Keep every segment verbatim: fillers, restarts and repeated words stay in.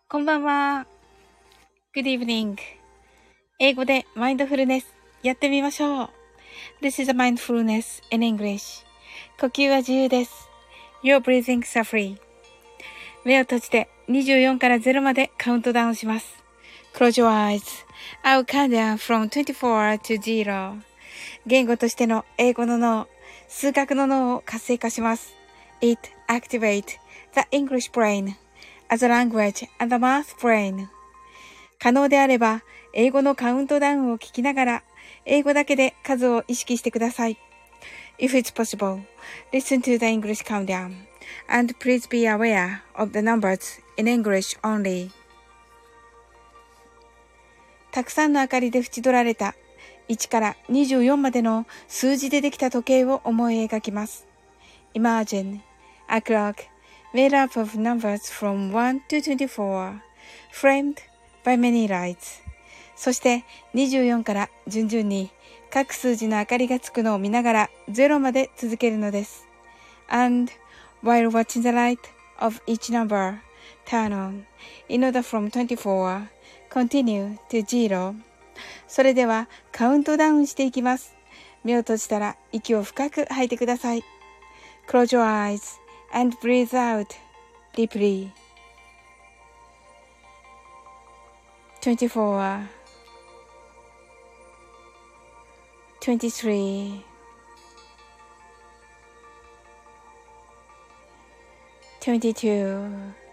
こんばんは。Good evening. 英語でマインドフルネスやってみましょう。This is a mindfulness in English. 呼吸は自由です。Your breathing is free. 目を閉じてにじゅうよんからゼロまでカウントダウンします。Close your eyes. I'll count down from twenty-four to zero. 言語としての英語の脳、数学の脳を活性化します。It activates the English brain.As a language and a math brain. 可能であれば、英語のカウントダウンを聞きながら、英語だけで数を意識してください。If it's possible, listen to the English countdown, and please be aware of the numbers in English only. たくさんの明かりで縁取られたいちからにじゅうよんまでの数字でできた時計を思い描きます。Imagine a clock.Made up of numbers from one to twenty-four, framed by many lights. そしてにじゅうよんから順々に各数字の明かりがつくのを見ながらゼロまで続けるのです。And while watching the light of each number turn on in order from twenty-four, continue to zero. それではカウントダウンしていきます。目を閉じたら息を深く吐いてください。Close your eyes.And breathe out deeply. twenty-four, twenty-three, twenty-two,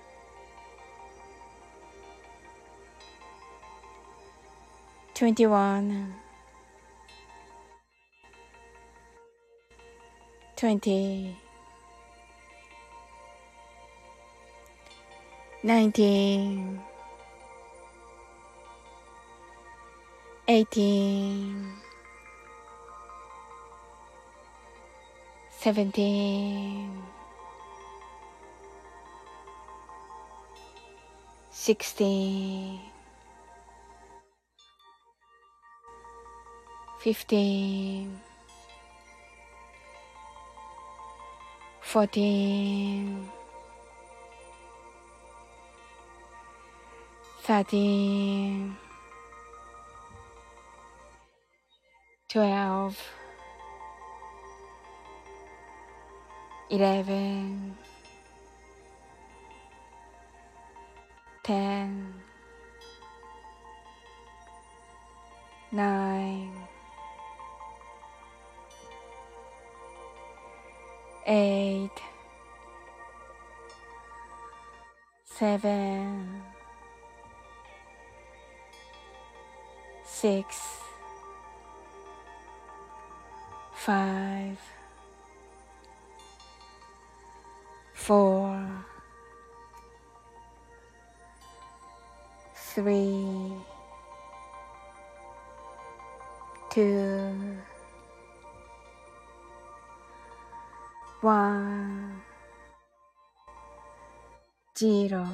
twenty-one, twenty.nineteen, eighteen, seventeen, sixteen, fifteen, fourteen.thirteen, twelve, eleven, ten, nine, eight, seven,Six, five, four, three, two, one, zero.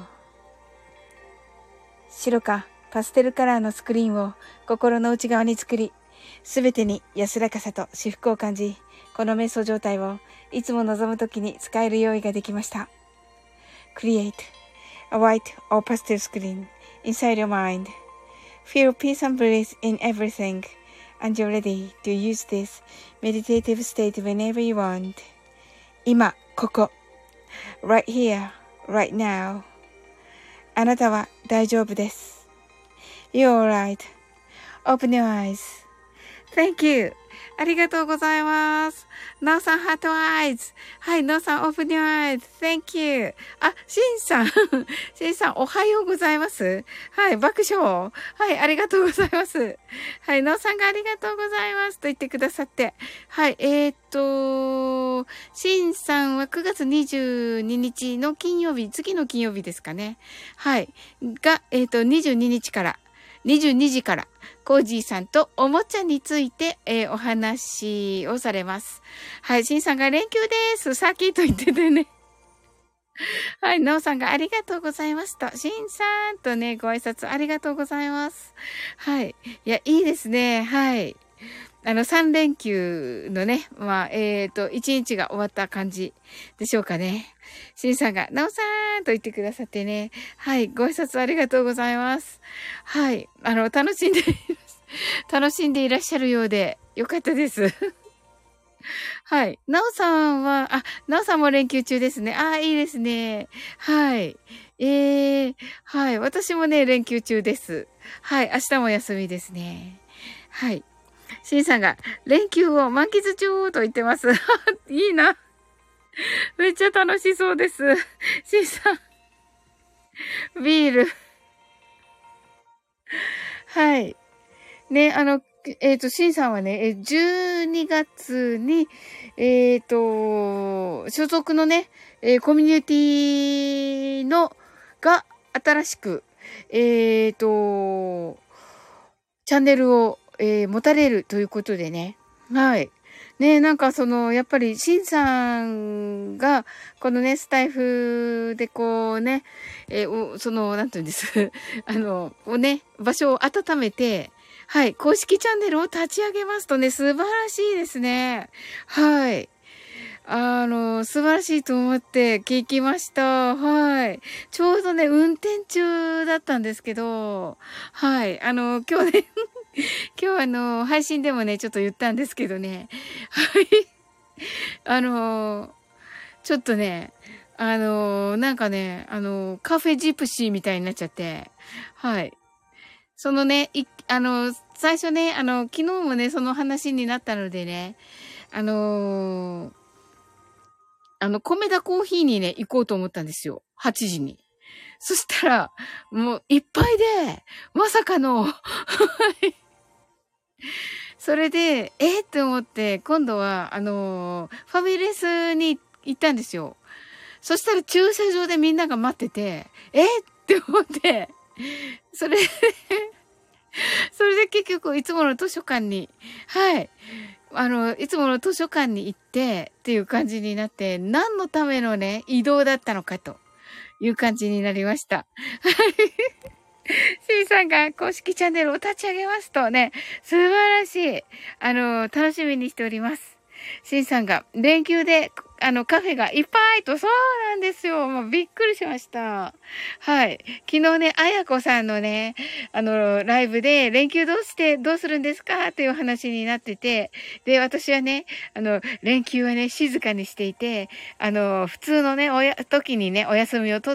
白かパステルカラーのスクリーンを心の内側に作り、すべてに安らかさと至福を感じ、この瞑想状態をいつも望むときに使える用意ができました。Create a white or pastel screen inside your mind. Feel peace and bliss in everything, and you're ready to use this meditative state whenever you want. 今、ここ。Right here, right now. あなたは大丈夫です。You're alright.Open your eyes. Thank you. ありがとうございます。なおさん、ハートアイズ。はい、なおさん、Open your eyes. Thank you. あ、しんさん。しんさん、おはようございます。はい、爆笑。はい、ありがとうございます。はい、なおさんがありがとうございます。と言ってくださって。はい、えーっと、しんさんはくがつにじゅうににちの金曜日、次の金曜日ですかね。はい。が、えーっと、にじゅうににちから、にじゅうにじから、コージーさんとおもちゃについて、えー、お話をされます。はい、シンさんが連休です。さっきと言っててね。はい、なおさんがありがとうございますと、シンさんとね、ご挨拶ありがとうございます。はい。いや、いいですね。はい。 あの、さん連休のね、まあ、えっと、いちにちが終わった感じでしょうかね。しんさんが、なおさーんと言ってくださってね。はい、ご挨拶ありがとうございます。はい、あの、楽しんで、楽しんでいらっしゃるようで、よかったです。はい。なおさんは、あ、なおさんも連休中ですね。ああ、いいですね。はい。ええ、はい。私もね、連休中です。はい。明日も休みですね。はい。しんさんが、連休を満喫中と言ってます。いいな。めっちゃ楽しそうです。しんさん、ビール。はい。ね、あの、えっと、シンさんはね、えじゅうにがつに、えっと、所属のね、えーコミュニティの、が新しく、えっと、チャンネルを、えー持たれるということでね。はい。ね、なんかその、やっぱり、シンさんが、このね、スタイフでこうね、えーおその、なんていうんです。あの、をね、場所を温めて、はい、公式チャンネルを立ち上げますとね、素晴らしいですね。はい。あの、素晴らしいと思って聞きました。はい。ちょうどね、運転中だったんですけど、はい。あの、今日ね、今日あの、配信でもね、ちょっと言ったんですけどね。はい。あの、ちょっとね、あの、なんかね、あの、カフェジプシーみたいになっちゃって、はい。そのね、い、あの、最初ね、あの、昨日もね、その話になったのでね、あのあの、米田コーヒーにね、行こうと思ったんですよ。はちじに。そしたら、もういっぱいで、まさかの、それで、えって思って、今度は、あのーファミレスに行ったんですよ。そしたら駐車場でみんなが待ってて、えって思って、それで、それで結局いつもの図書館に、はい、あの、いつもの図書館に行ってっていう感じになって、何のためのね、移動だったのかという感じになりました。C さんが公式チャンネルを立ち上げますとね、素晴らしい。あの、楽しみにしております。C さんが連休で、あの、カフェがいっぱいと、そうなんですよ。もうびっくりしました。はい。昨日ね、あやこさんのね、あの、ライブで、連休どうして、どうするんですかっていう話になってて、で、私はね、あの、連休はね、静かにしていて、あの、普通のね、おや、時にね、お休みを取って、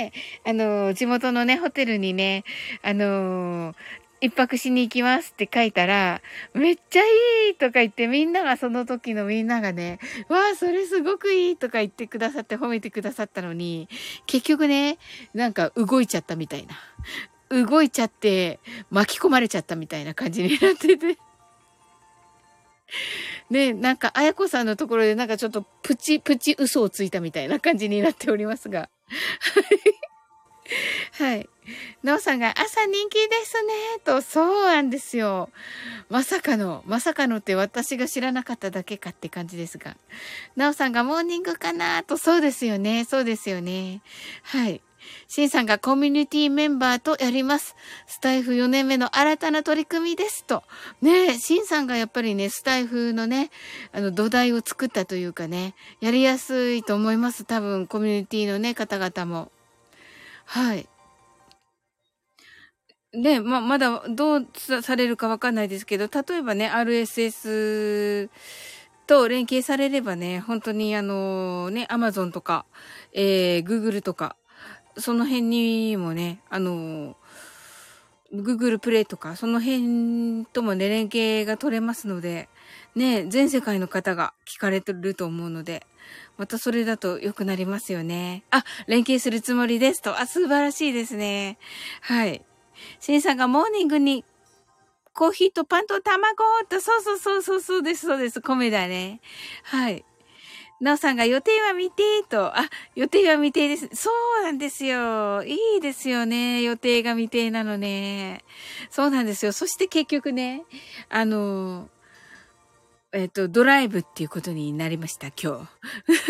あの、地元のね、ホテルにね、あのー一泊しに行きますって書いたら、めっちゃいいとか言って、みんながその時のみんながね、わあ、それすごくいいとか言ってくださって褒めてくださったのに、結局ね、なんか動いちゃったみたいな。動いちゃって巻き込まれちゃったみたいな感じになってて。ね、なんか、あやこさんのところでなんかちょっとプチプチ嘘をついたみたいな感じになっておりますが。はい。なおさんが朝人気ですね、と、そうなんですよ。まさかの、まさかのって私が知らなかっただけかって感じですが。なおさんがモーニングかなと、そうですよね、そうですよね。はい。しんさんがコミュニティメンバーとやります。スタイフよねんめの新たな取り組みですと。ねえ、しんさんがやっぱりね、スタイフのね、あの土台を作ったというかね、やりやすいと思います。多分、コミュニティのね、方々も。はい。ね、ま、まだどうされるかわかんないですけど、例えばね、アールエスエス と連携されればね、本当にあのね、Amazon とか、えー、Google とか、その辺にもね、あの、Google プレイとか、その辺ともね、連携が取れますので、ね、全世界の方が聞かれてると思うので、またそれだと良くなりますよね。あ、連携するつもりですと。あ、素晴らしいですね。はい。シンさんがモーニングにコーヒーとパンと卵と、そうそうそうそうそうです、そうです。米だね。はい。なおさんが予定は未定と、あ、予定は未定です。そうなんですよ。いいですよね。予定が未定なのね。そうなんですよ。そして結局ね、あの、えっと、ドライブっていうことになりました、今日。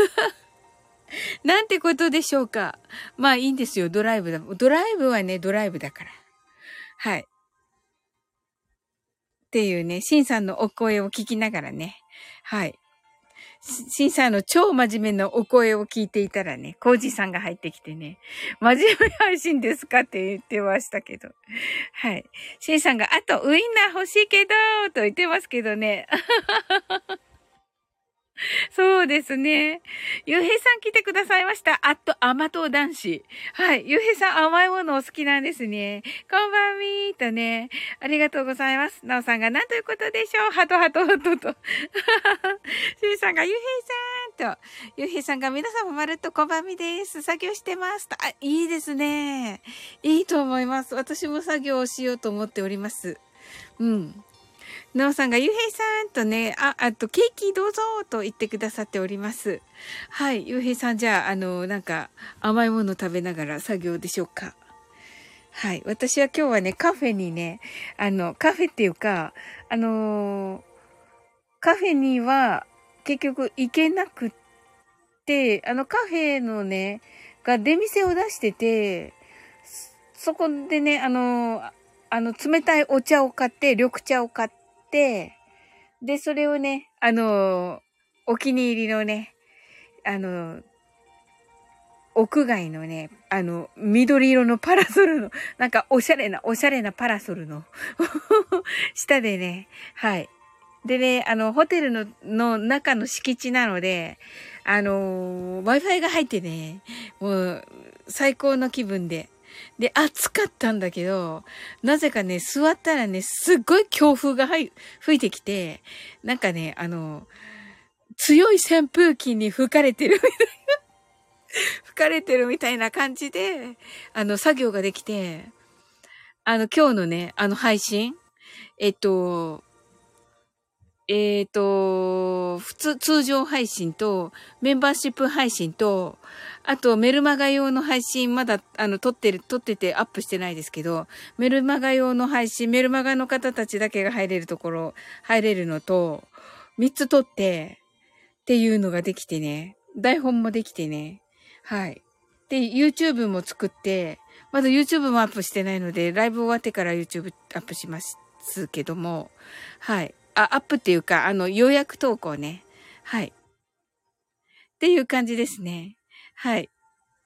なんてことでしょうか。まあいいんですよ、ドライブだ。ドライブはね、ドライブだから。はい。 っていうね、シンさんのお声を聞きながらね。はい。シンさんの超真面目なお声を聞いていたらね、コージさんが入ってきてね、真面目配信ですかって言ってましたけど。はい。シンさんが、あとウインナー欲しいけど、と言ってますけどね。そうですね。ゆうへいさん来てくださいました。あっと、甘党男子。はい。ゆうへいさん甘いものお好きなんですね。こんばんみーとね。ありがとうございます。なおさんが何ということでしょう。ハトハトハトと。しんさんがゆうへいさんと。ゆうへいさんが皆さんもまるっとこんばんみです。作業してますと。あ、いいですね。いいと思います。私も作業をしようと思っております。うん。なおさんがゆうへいさんとね、あ、あとケーキどうぞと言ってくださっております。はい、ゆうへいさんじゃあ、あの、なんか甘いもの食べながら作業でしょうか。はい、私は今日はね、カフェにね、あの、カフェっていうか、あのー、カフェには結局行けなくって、あのカフェのね、が出店を出してて、そこでね、あの、あの、冷たいお茶を買って、緑茶を買って、で、それをね、あの、お気に入りのね、あの、屋外のね、あの、緑色のパラソルの、なんかおしゃれな、おしゃれなパラソルの下でね、はい。でね、あの、ホテルの、の中の敷地なので、あの、Wi-Fi が入ってね、もう、最高の気分で。で、暑かったんだけど、なぜかね、座ったらね、すっごい強風が吹いてきて、なんかね、あの、強い扇風機に吹かれてるみたいな、吹かれてるみたいな感じで、あの、作業ができて、あの、今日のね、あの配信、えっと、えっと、普通、通常配信と、メンバーシップ配信と、あと、メルマガ用の配信、まだ、あの、撮ってる、撮っててアップしてないですけど、メルマガ用の配信、メルマガの方たちだけが入れるところ、入れるのと、みっつ撮って、っていうのができてね、台本もできてね、はい。で、YouTube も作って、まだ YouTube もアップしてないので、ライブ終わってから YouTube アップしますけども、はい。あ、アップっていうか、あの、予約投稿ね。はい。っていう感じですね。はい。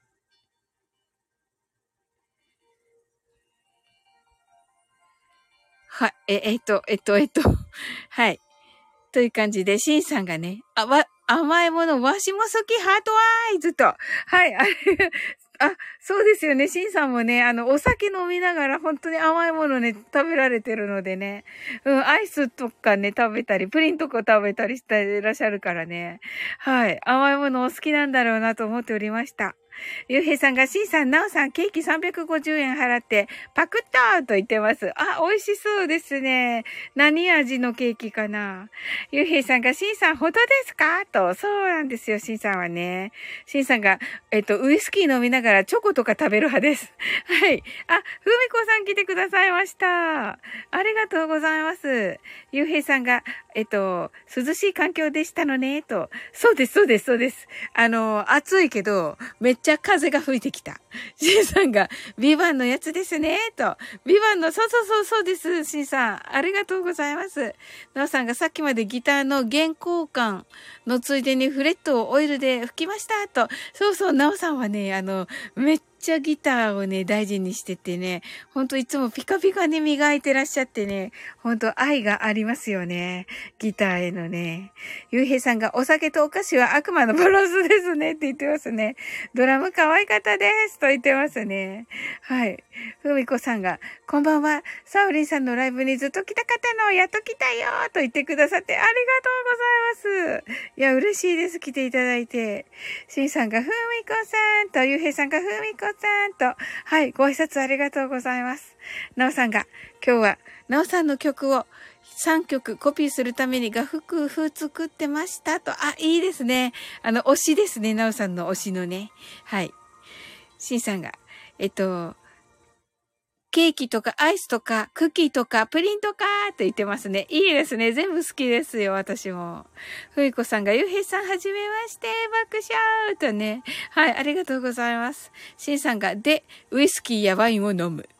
はい。え、えっと、えっと、えっと、はい。という感じで、シンさんがね、あ、わ、甘いもの、わしも好き、ハートワイズと。はい。あれ、あ、そうですよね。シンさんもね、あの、お酒飲みながら本当に甘いものね、食べられてるのでね。うん、アイスとかね、食べたり、プリンとか食べたりしていらっしゃるからね。はい。甘いものお好きなんだろうなと思っておりました。ゆうへいさんが、しんさん、なおさん、ケーキさんびゃくごじゅうえん払って、パクッとと言ってます。あ、美味しそうですね。何味のケーキかな。ゆうへいさんが、しんさん、ほどですかと。そうなんですよ、しんさんはね。しんさんが、えっと、ウイスキー飲みながらチョコとか食べる派です。はい。あ、ふみこさん来てくださいました。ありがとうございます。ゆうへいさんが、えっと、涼しい環境でしたのね、と。そうです、そうです、そうです。あの、暑いけど、めっちゃ風が吹いてきた。しんさんが、ビバンのやつですね、と。ビバンの、そうそうそう、そうです、しんさん。ありがとうございます。なおさんがさっきまでギターの弦交換のついでにフレットをオイルで吹きました、と。そうそう、なおさんはね、あの、めっちゃギターをね、大事にしててね、ほんといつもピカピカに磨いてらっしゃってね、ほんと愛がありますよね。ギターへのね。ゆうへいさんがお酒とお菓子は悪魔のバランスですねって言ってますね。ドラム可愛かったですと言ってますね。はい。ふみこさんが、こんばんは。サウリンさんのライブにずっと来たかったの、やっと来たよと言ってくださってありがとうございます。いや、嬉しいです。来ていただいて。しんさんが、ふみこさんと、ゆうへいさんが、ふみこさんと、はい、ご挨拶ありがとうございます。なおさんが、今日は、なおさんの曲をさんきょくコピーするために楽譜作ってましたと。あ、いいですね。あの、推しですね。なおさんの推しのね。はい。しんさんが、えっと、ケーキとかアイスとかクッキーとかプリンとかって言ってますね。いいですね。全部好きですよ、私も。ふいこさんが、ゆうへいさんはじめまして、爆笑とね。はい、ありがとうございます。しんさんが、で、ウイスキーやワインを飲む。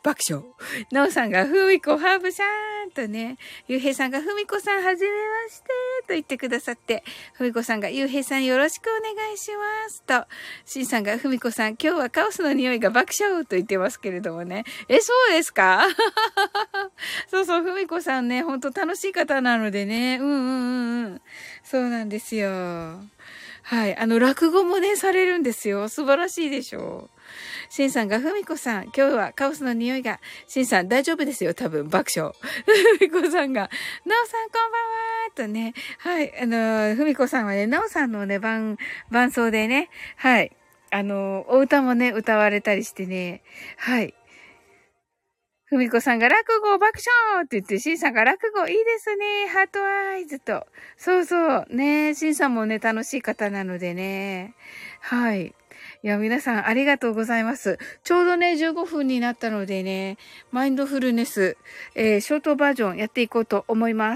爆笑。なおさんが、ふみこ、ハーブさんとね、ゆうへいさんが、ふみこさん、はじめましてと言ってくださって、ふみこさんが、ゆうへいさんよろしくお願いしますと、しんさんが、ふみこさん、今日はカオスの匂いが爆笑と言ってますけれどもね。え、そうですかそうそう、ふみこさんね、ほんと楽しい方なのでね。うんうんうんうん。そうなんですよ。はい。あの、落語もね、されるんですよ。素晴らしいでしょう。しんさんが、ふみこさん、今日はカオスの匂いが、しんさん大丈夫ですよ、多分、爆笑。ふみこさんが、なおさんこんばんはとね、はい、あの、ふみこさんはね、なおさんのね、伴、伴奏でね、はい、あの、お歌もね、歌われたりしてね、はい。ふみこさんが落語爆笑って言って、しんさんが落語いいですね、ハートアイズと。そうそう、ね、しんさんもね、楽しい方なのでね、はい。いや、皆さんありがとうございます。ちょうどね、じゅうごふんになったのでね、マインドフルネス、えー、ショートバージョンやっていこうと思います。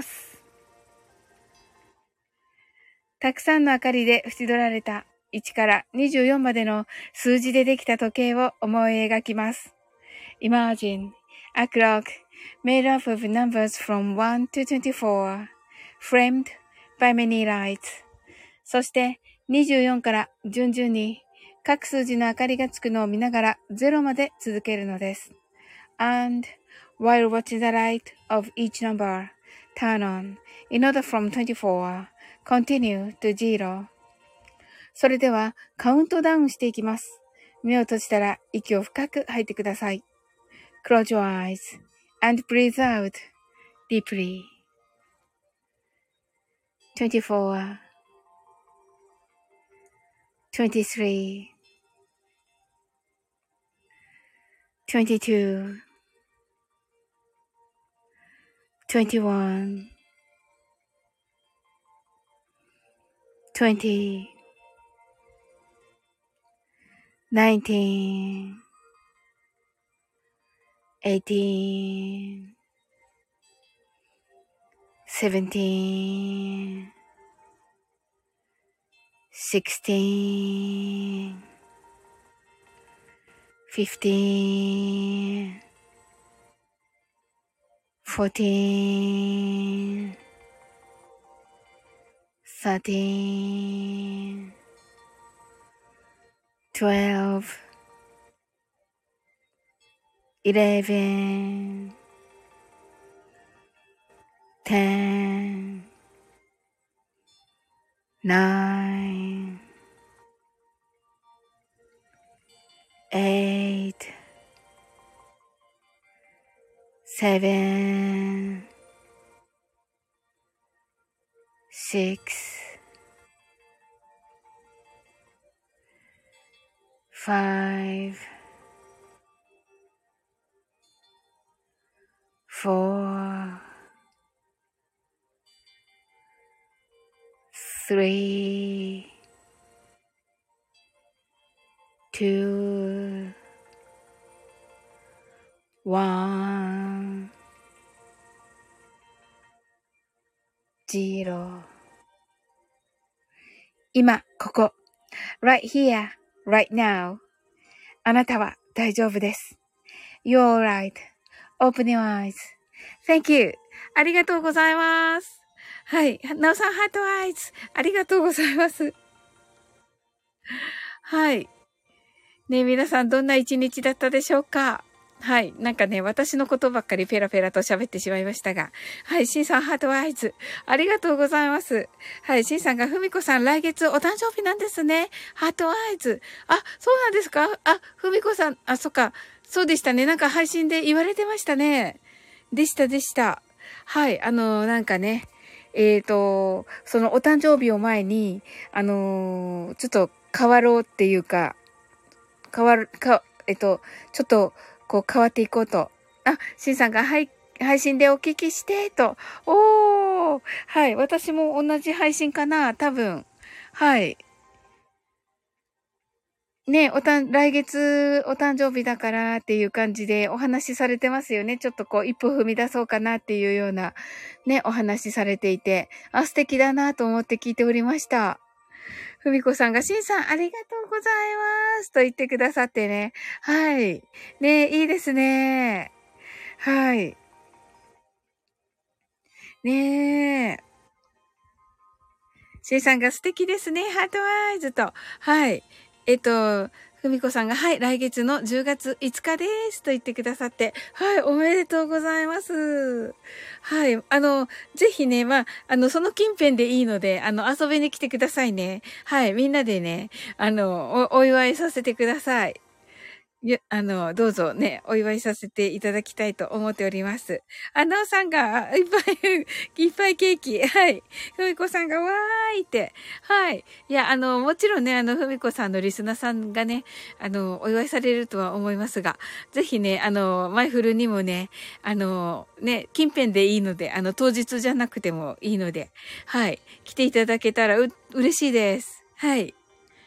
たくさんの明かりで縁取られたいちからにじゅうよんまでの数字でできた時計を思い描きます。Imagine a clock made up of numbers from one to twenty-four, framed by many lights. そしてにじゅうよんから順々に各数字の明かりがつくのを見ながらゼロまで続けるのです。And while watching the light of each number turn on in order from twenty-four, continue to zero. それではカウントダウンしていきます。目を閉じたら息を深く吐いてください。Close your eyes and breathe out deeply. twenty-four, twenty-three, twenty-two, twenty-one, twenty, nineteen, eighteen, seventeen, sixteen, fifteen, fourteen, thirteen, twelve, eleven, ten, nine, eight, seven, six, five, four, three, two, one, zero. 今、ここ。right here, right now. あなたは大丈夫です。You're right.Open your eyes. Thank you. ありがとうございます。はい。なおさん、ハートアイズ。ありがとうございます。はい。ねえ、皆さん、どんな一日だったでしょうか？はい。なんかね、私のことばっかりペラペラと喋ってしまいましたが。はい。シンさん、ハートアイズ。ありがとうございます。はい。シンさんが、ふみこさん、来月お誕生日なんですね。ハートアイズ。あ、そうなんですか？あ、ふみこさん、あ、そっか。そうでしたね。なんか配信で言われてましたね。でした、でした。はい。あの、なんかね。えっと、そのお誕生日を前に、あの、ちょっと変わろうっていうか、変わる、か、えっと、ちょっと、こう変わっていこうと。あ、シンさんが、はい、配信でお聞きして、と。おー、はい。私も同じ配信かな、多分。はい。ね、おたん、来月お誕生日だからっていう感じでお話しされてますよね。ちょっとこう一歩踏み出そうかなっていうようなね、お話しされていて、あ、素敵だなと思って聞いておりました。 ふみこさんが、しんさん、ありがとうございます。と言ってくださってね。はい。ね、いいですね。はい。ねえ。しんさんが素敵ですね。ハートアイズと。はい。えっと、ふみこさんが、はい、来月のじゅうがついつかです。と言ってくださって、はい、おめでとうございます。はい。あの、ぜひね、まあ、あの、その近辺でいいので、あの、遊びに来てくださいね。はい、みんなでね、あの、お、お祝いさせてください。いや、あの、どうぞね、お祝いさせていただきたいと思っております。あ、なおさんが、いっぱい、いっぱいケーキ、はい。ふみこさんが、わーいって、はい。いや、あの、もちろんね、あの、ふみこさんのリスナーさんがね、あの、お祝いされるとは思いますが、ぜひね、あの、マイフルにもね、あの、ね、近辺でいいので、あの、当日じゃなくてもいいので、はい。来ていただけたらう、嬉しいです。はい。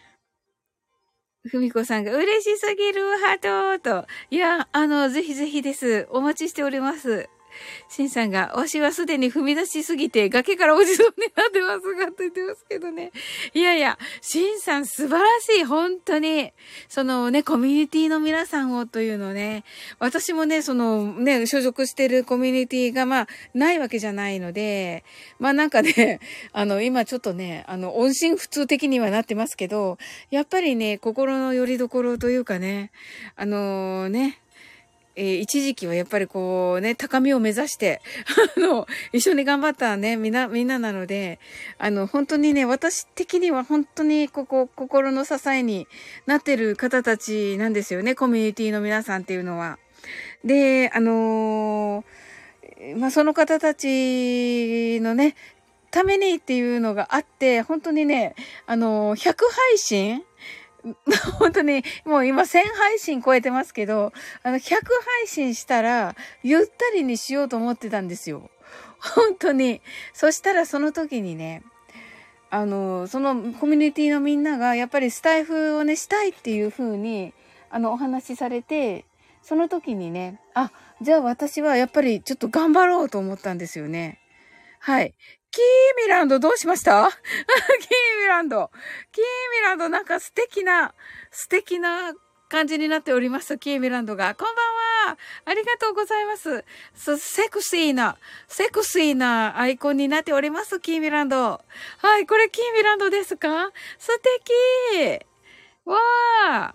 ふみこさんが嬉しすぎるハートと。いや、あの、ぜひぜひです。お待ちしております。シンさんが、わしはすでに踏み出しすぎて崖から落ちそうになってますが、と言ってますけどね。いやいや、シンさん素晴らしい、本当に。そのね、コミュニティの皆さんをというのね、私もね、そのね、所属してるコミュニティがまあ、ないわけじゃないので、まあなんかね、あの、今ちょっとね、あの、音信不通的にはなってますけど、やっぱりね、心の拠り所というかね、あのね、えー一時期はやっぱりこうね、高みを目指して、あの、一緒に頑張ったね、みんな、みんななので、あの、本当にね、私的には本当にここ、心の支えになってる方たちなんですよね、コミュニティの皆さんっていうのは。で、あのーまあ、その方たちのね、ためにっていうのがあって、本当にね、あのーひゃく配信本当に、もう今せん配信超えてますけど、あの、ひゃく配信したら、ゆったりにしようと思ってたんですよ。本当に。そしたらその時にね、あの、そのコミュニティのみんなが、やっぱりスタイフをね、したいっていう風に、あの、お話しされて、その時にね、あ、じゃあ私はやっぱりちょっと頑張ろうと思ったんですよね。はい。キーミランドどうしましたキーミランド。キーミランドなんか素敵な、素敵な感じになっております。キーミランドが。こんばんは。ありがとうございます。そセクシーな、セクシーなアイコンになっております。キーミランド。はい。これキーミランドですか？素敵。わー。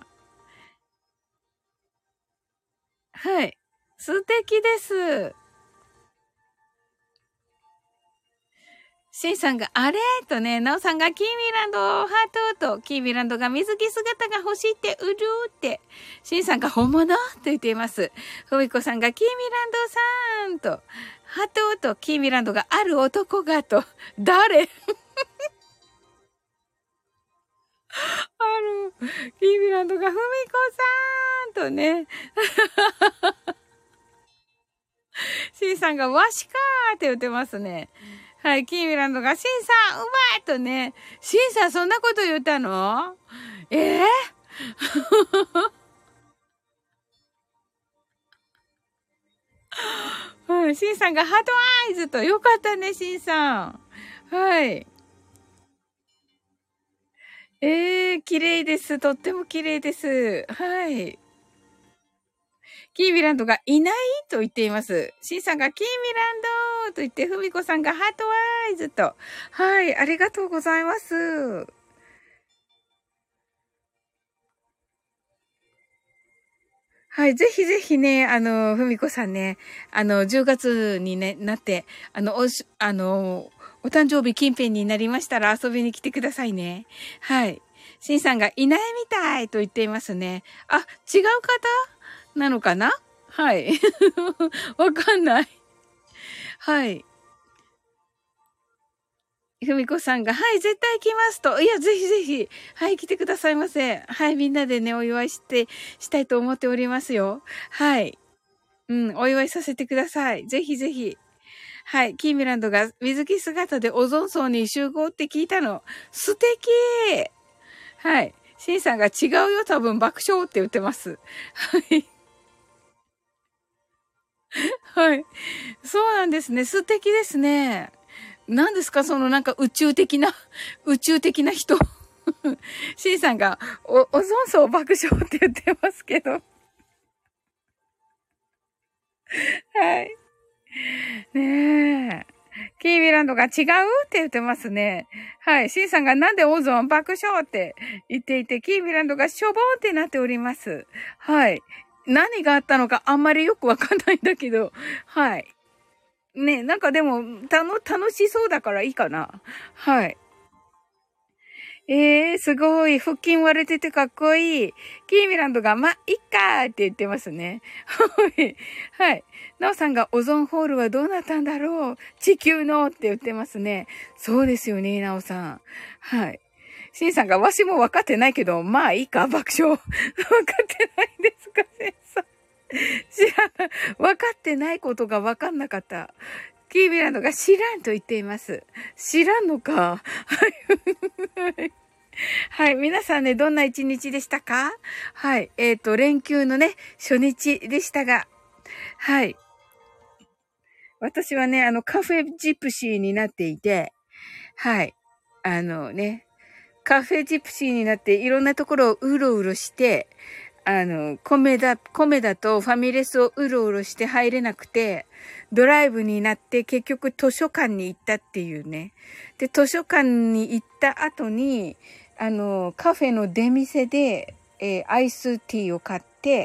はい。素敵です。シンさんが、あれとね、ナオさんが、キーミランド、ハートと、キーミランドが水着姿が欲しいって、うるーって、シンさんが本物と言っています。ふみこさんが、キーミランドさんと、ハートと、キーミランドがある男がと、誰ある、キーミランドが、ふみこさんとね、シンさんが、わしかーって言ってますね。はい、キーミランドが、シンさん、うまいとね、シンさんそんなこと言ったの？えー、はい、シンさんがハートアイズと、よかったね、シンさん。はい。えー、綺麗です。とっても綺麗です。はい。キーミランドがいないと言っています。シンさんがキーミランドと言って、フミコさんがハートアイズと。はい、ありがとうございます。はい、ぜひぜひね、あの、ふみこさんね、あの、じゅうがつにね、なって、あの、おし、あの、お誕生日近辺になりましたら遊びに来てくださいね。はい。しんさんがいないみたいと言っていますね。あ、違う方なのかな？はい。わかんない。はい。ふみこさんが、はい、絶対来ますと。いや、ぜひぜひ、はい、来てくださいませ。はい、みんなでね、お祝いして、したいと思っておりますよ。はい。うん、お祝いさせてください。ぜひぜひ。はい、キーミランドが水着姿でオゾン層に集合って聞いたの。素敵。はい。シンさんが違うよ、多分爆笑って言ってます。はい。はい。そうなんですね。素敵ですね。何ですかそのなんか宇宙的な、宇宙的な人。 シンさんが、お、オゾン層爆笑って言ってますけど。はい。ねえ。キーミランドが違うって言ってますね。はい。シンさんがなんでオゾン爆笑って言っていて、キーミランドがしょぼーんってなっております。はい。何があったのかあんまりよくわかんないんだけど、はい。ね、なんかでも、たの、楽しそうだからいいかな。はい。ええー、すごい。腹筋割れててかっこいい。キーミランドが、ま、いっかーって言ってますね。はい。はい。ナオさんがオゾンホールはどうなったんだろう、地球のって言ってますね。そうですよね、ナオさん。はい。シンさんが、わしも分かってないけど、まあいいか、爆笑。分かってないんですか、シンさん。知らない。分かってないことが分かんなかった。キーミランドが知らんと言っています。知らんのか。はい。はい。皆さんね、どんな一日でしたか？はい。えっと、連休のね、初日でしたが、はい。私はね、あの、カフェジプシーになっていて、はい。あのね、カフェジプシーになっていろんなところをうろうろして、あの、コメダ、コメダとファミレスをうろうろして入れなくて、ドライブになって結局図書館に行ったっていうね。で、図書館に行った後に、あの、カフェの出店で、えーアイスティーを買って、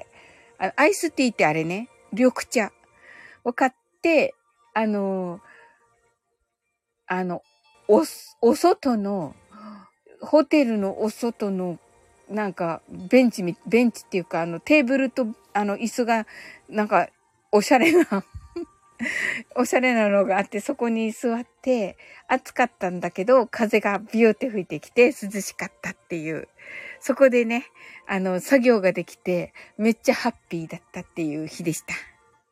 あアイスティーってあれね、緑茶を買って、あの、あの、お、お外の、ホテルのお外の、なんか、ベンチみ、ベンチっていうか、あの、テーブルと、あの、椅子が、なんか、おしゃれなおしゃれなのがあって、そこに座って、暑かったんだけど、風がビューって吹いてきて、涼しかったっていう。そこでね、あの、作業ができて、めっちゃハッピーだったっていう日でした。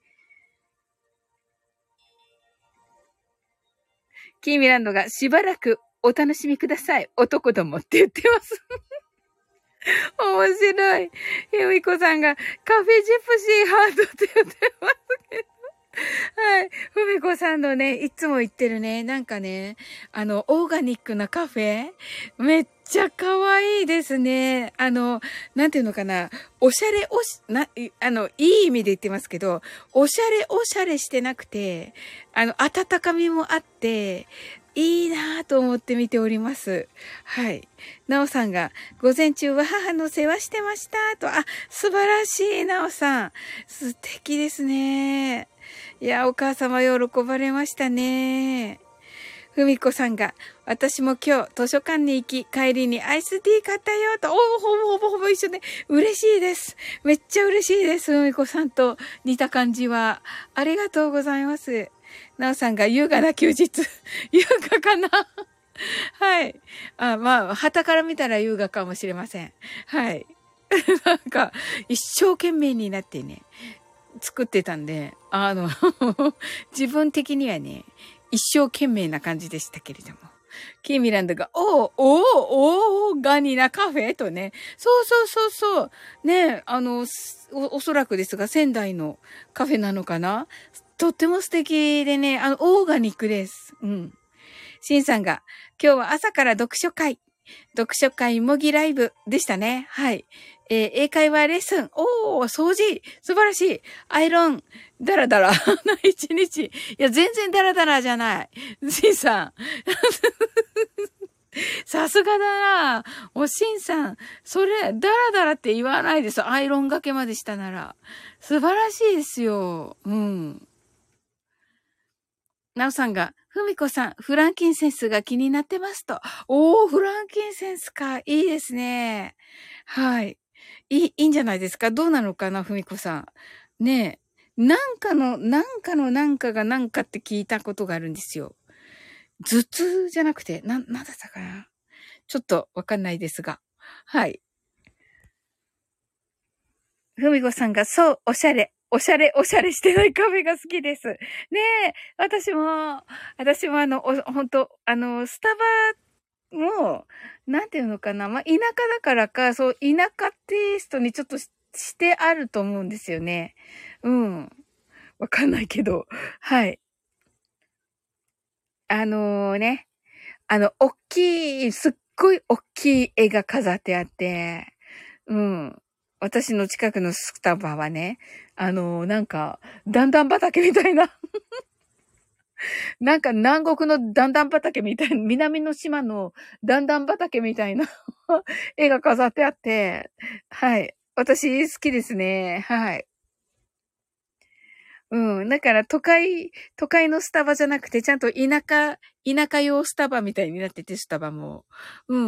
キーミランドがしばらくお楽しみください。男どもって言ってます。面白い。ひみこさんがカフェジプシーハートって言ってますけど。はい。ふみこさんのね、いつも言ってるね、なんかね、あの、オーガニックなカフェめっちゃ可愛いですね。あの、なんていうのかな、おしゃれおし、な、いあの、いい意味で言ってますけど、おしゃれおしゃれしてなくて、あの、温かみもあって、いいなぁと思って見ております。はい。なおさんが、午前中は母の世話してました。と、あ、素晴らしい、なおさん。素敵ですね。いや、お母様喜ばれましたね。ふみこさんが、私も今日図書館に行き、帰りにアイスティー買ったよと、おー、ほぼほぼほぼ一緒で、嬉しいです。めっちゃ嬉しいです。ふみこさんと似た感じは。ありがとうございます。なおさんが優雅な休日。優雅かなはい。あ、まあ、旗から見たら優雅かもしれません。はい。なんか、一生懸命になってね、作ってたんで、あの、自分的にはね、一生懸命な感じでしたけれども。キーミランドが、おー、おー、おー、ガニなカフェとね。そうそうそうそう。ね、あの、お、おそらくですが、仙台のカフェなのかな、とっても素敵でね、あの、オーガニックです。うん。シンさんが、今日は朝から読書会。読書会模擬ライブでしたね。はい。えー英会話レッスン。おー、掃除。素晴らしい。アイロン。ダラダラ。な一日。いや、全然ダラダラじゃない。シンさん。さすがだな。おしんさん。それ、ダラダラって言わないです。アイロンがけまでしたなら。素晴らしいですよ。うん。なおさんが、ふみこさん、フランキンセンスが気になってますと。おー、フランキンセンスか。いいですね。はい。いい、いいんじゃないですか。どうなのかな、ふみこさん。ねえ。なんかの、なんかのなんかがなんかって聞いたことがあるんですよ。頭痛じゃなくて、な、なんだったかな。ちょっとわかんないですが。はい。ふみこさんが、そう、おしゃれ。おしゃれ、おしゃれしてないカフェが好きです。ねえ、私も、私もあの、お、本当あの、スタバも、なんていうのかな。まあ、田舎だからか、そう、田舎テイストにちょっとし、してあると思うんですよね。うん。わかんないけど。はい。あのね、あの、おっきい、すっごい大きい絵が飾ってあって、うん。私の近くのスタバはね、あの、なんか、段々畑みたいな、なんか南国の段々畑みたいな、南の島の段々畑みたいな絵が飾ってあって、はい。私好きですね。はい。うん。だから都会、都会のスタバじゃなくて、ちゃんと田舎、田舎用スタバみたいになってて、スタバも。うん。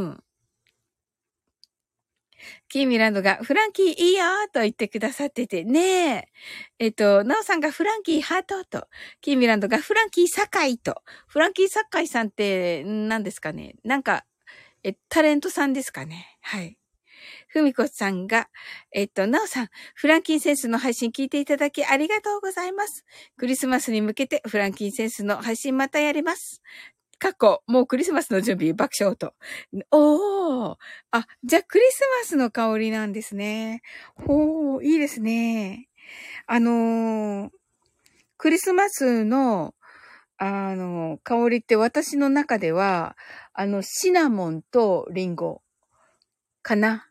キーミランドが、フランキーいいよーと言ってくださってて、ねえ。えっと、ナオさんがフランキーハートと、キーミランドがフランキー酒井と、フランキー酒井さんって何ですかね、なんか、え、タレントさんですかね。はい。ふみこさんが、えっと、なおさん、フランキンセンスの配信聞いていただきありがとうございます。クリスマスに向けてフランキンセンスの配信またやります。過去、もうクリスマスの準備、爆笑と。おー。あ、じゃあクリスマスの香りなんですね。ほー、いいですね。あのー、クリスマスの、あの、香りって私の中では、あの、シナモンとリンゴかな。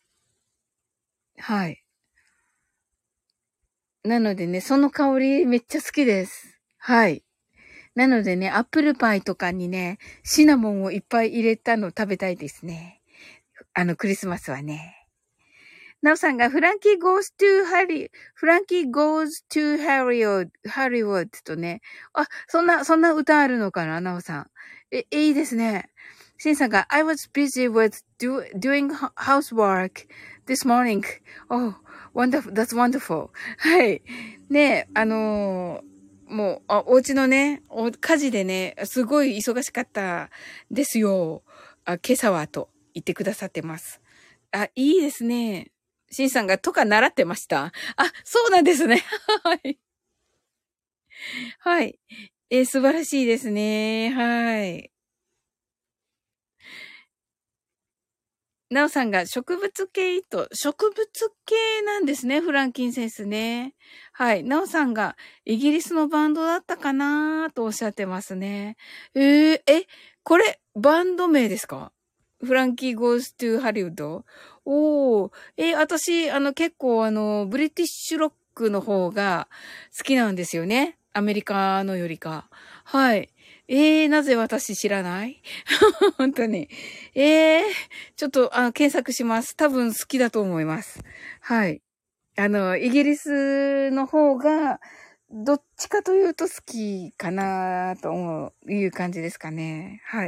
はい。なのでね、その香りめっちゃ好きです。はい。なのでね、アップルパイとかにね、シナモンをいっぱい入れたの食べたいですね。あの、クリスマスはね。ナオさんがフランキー goes to ハリ、フランキー goes to ハリウッド、ハリウッドとね。あ、そんな、そんな歌あるのかな、ナオさん。え、いいですね。シンさんが I was busy with do, doing housework this morning. Oh, wonderful, that's wonderful. はい。ね、あのー、もう、あ、お家のね、お家事でね、すごい忙しかったですよ。あ、今朝はと言ってくださってます。あ、いいですね。シンさんがとか習ってました。あ、そうなんですね。はい。はい。えー素晴らしいですね。はい。なおさんが植物系と、植物系なんですね。フランキンセンスね。はい。なおさんがイギリスのバンドだったかなとおっしゃってますね。えー、え、これ、バンド名ですか？フランキー・ゴース・トゥ・ハリウッド。おー。えー私、あの、結構、あの、ブリティッシュロックの方が好きなんですよね。アメリカのよりか。はい。えー、なぜ私知らない本当に。えー、ちょっと、あの、検索します。多分好きだと思います。はい。あの、イギリスの方が、どっちかというと好きかなと思う、いう感じですかね。はい。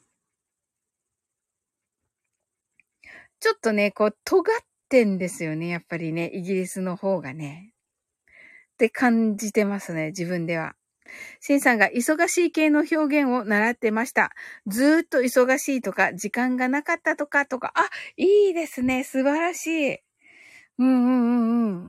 ちょっとね、こう、尖ってんですよね。やっぱりね、イギリスの方がね。って感じてますね、自分では。シンさんが忙しい系の表現を習ってました。ずーっと忙しいとか、時間がなかったとかとか、あ、いいですね。素晴らしい。うんうんうんうん。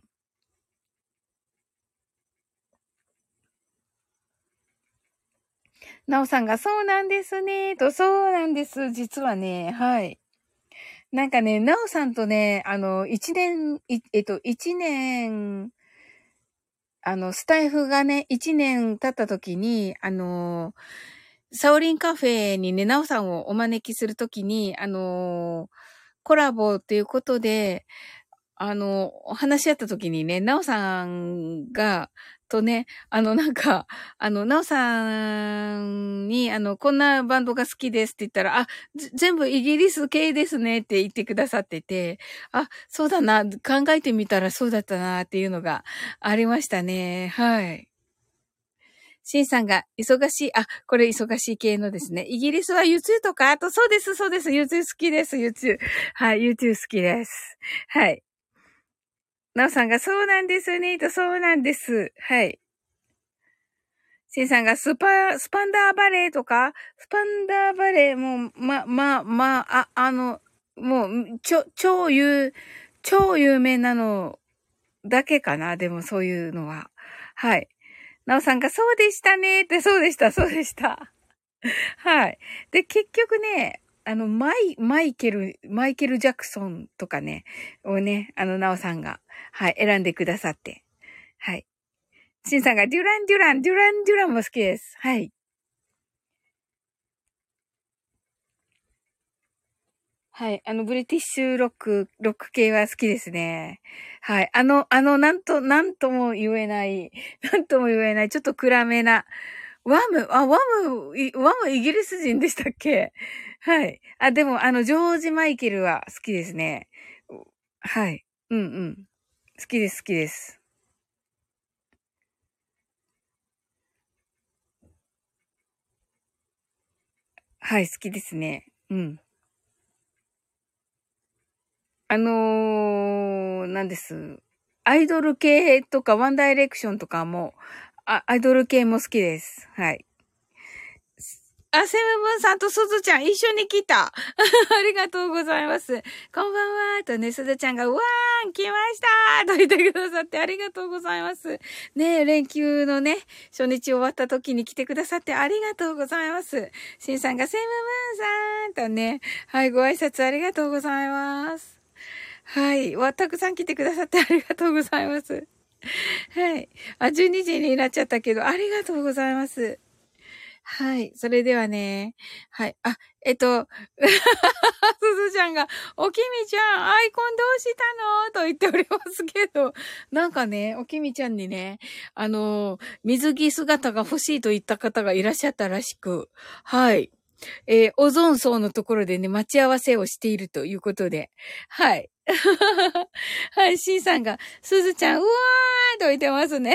なおさんがそうなんですね。と、そうなんです。実はね、はい。なんかね、なおさんとね、あの、一年、いえっと、一年、あの、スタイフがね、一年経った時に、あの、サオリンカフェにね、なおさんをお招きするときに、あの、コラボっていうことで、あの、話し合ったときにね、なおさんが、とね、あの、なんか、あの、なおさんに、あの、こんなバンドが好きですって言ったら、あ、ぜ全部イギリス系ですねって言ってくださってて、あ、そうだな、考えてみたらそうだったなっていうのがありましたね。はい。シンさんが忙しい、あ、これ忙しい系のですね。イギリスは ユーチュー とか、あとそうです、そうです。ユーチュー 好きです、ユーチュー。はい、ユーチュー 好きです。はい。ナオさんがそうなんですね、とそうなんです。はい。シンさんがスパ、スパンダーバレーとか、スパンダーバレーも、ま、ま、ま、あ、あの、もう、ちょ、超有、超有名なのだけかな、でもそういうのは。はい。ナオさんがそうでしたねって、そうでした、そうでした。はい。で、結局ね、あの、マイ、マイケル、マイケル・ジャクソンとかね、をね、あの、ナオさんが、はい、選んでくださって。はい。シンさんが、デュラン・デュラン、デュラン・デュランも好きです。はい。 はい。あの、ブリティッシュロック、ロック系は好きですね。はい。あの、あの、なんと、なんとも言えない、なんとも言えない、ちょっと暗めな、ワム、あ、ワム、いワムイギリス人でしたっけ？はい。あ、でも、あの、ジョージ・マイケルは好きですね。はい。うんうん。好きです、好きです。はい、好きですね。うん。あのー、なんです。アイドル系とか、ワンダイレクションとかも、あ、アイドル系も好きです。はい。あ、セムブンさんとすずちゃん一緒に来た。ありがとうございます。こんばんは。とね、すずちゃんが、うわーん、来ましたと言ってくださってありがとうございます。ね、連休のね、初日終わった時に来てくださってありがとうございます。しんさんが、セムブンさんとね、はい、ご挨拶ありがとうございます。はい。わ、たくさん来てくださってありがとうございます。はい。あ、じゅうにじになっちゃったけど、ありがとうございます。はい。それではね。はい。あ、えっと、すずちゃんが、おきみちゃん、アイコンどうしたのと言っておりますけど、なんかね、おきみちゃんにね、あの、水着姿が欲しいと言った方がいらっしゃったらしく、はい。えーオゾン層のところでね、待ち合わせをしているということで、はい。はい、シンさんが、すずちゃん、うわーと言ってますね。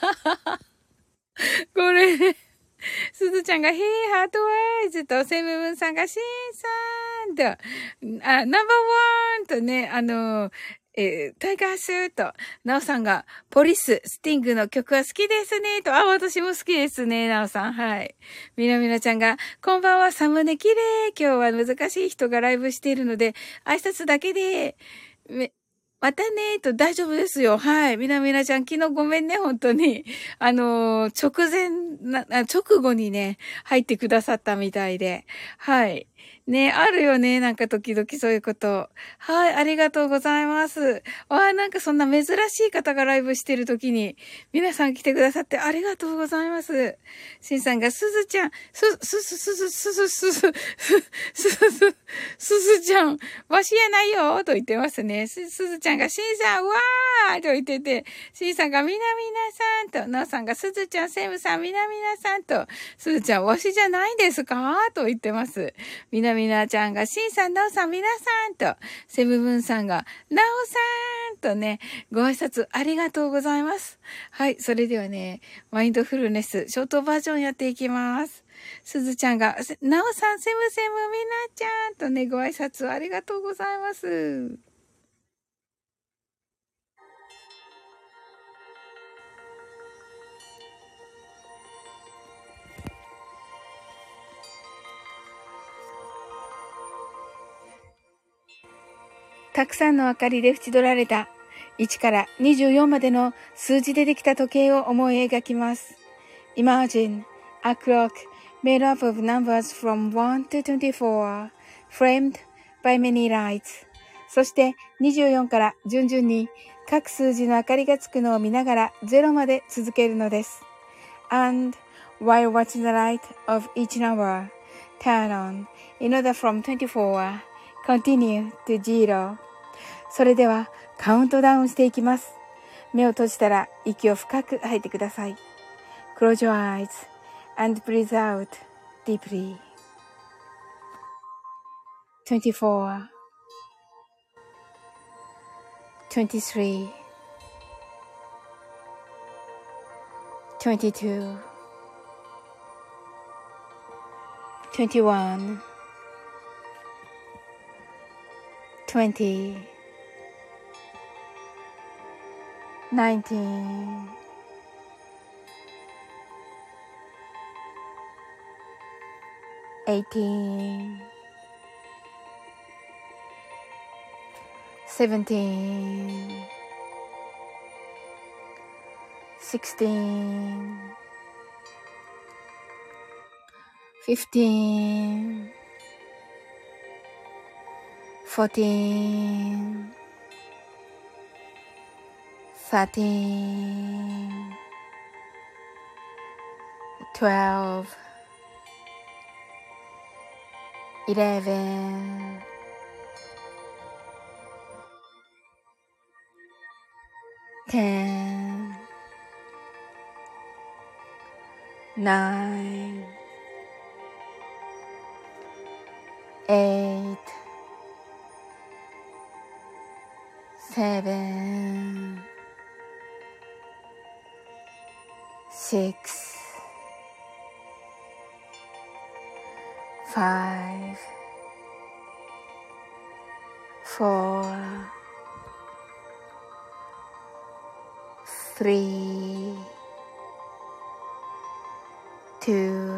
これね、すずちゃんが、ヘイハートワイズと、セムブンさんが、シンさんと、あ、ナンバーワンとね、あの、えータイガースと、ナオさんが、ポリス、スティングの曲は好きですね、と、あ、私も好きですね、ナオさん、はい。みなみなちゃんが、こんばんは、サムネ綺麗。今日は難しい人がライブしているので、挨拶だけで、めまたね、と大丈夫ですよ。はい。みなみなちゃん、昨日ごめんね、本当に。あのー、直前な、直後にね、入ってくださったみたいで。はい。ね、あるよね。なんか時々そういうこと。はい、ありがとうございます。わあ、なんかそんな珍しい方がライブしてる時に、皆さん来てくださってありがとうございます。しんさんが、すずちゃん、す、す、す、す、す、す、す、す、す、す、す、す、すずちゃん、わしやないよと言ってますね。す、すずちゃんが、しんさん、わーと言ってて、しんさんが、みなみなさんと、なおさんが、すずちゃん、セムさん、みなみなさんと、すずちゃん、わしじゃないですかと言ってます。みなみなちゃんが、しんさん、なおさん、みなさんと、セブブンさんが、なおさんとね、ご挨拶ありがとうございます。はい、それではね、マインドフルネス、ショートバージョンやっていきます。すずちゃんが、せなおさん、セムセム、みなちゃんとね、ご挨拶ありがとうございます。たくさんの明かりで縁取られたいちからにじゅうよんまでの数字でできた時計を思い描きます。Imagine a clock made up of numbers from one to twenty-four, framed by many lights. そしてにじゅうよんから順々に各数字の明かりがつくのを見ながらゼロまで続けるのです。And while watching the light of each number turn on in order from twenty-four, continue to zero. それではカウントダウンしていきます。目を閉じたら息を深く吐いてください。Close your eyes and breathe out deeply. twenty-four, twenty-three, twenty-two, twenty-one, twenty, nineteen, eighteen, seventeen, sixteen, fifteen, fourteen, thirteen, twelve, eleven, ten, nine, eight, seven, six, five, four, three, two,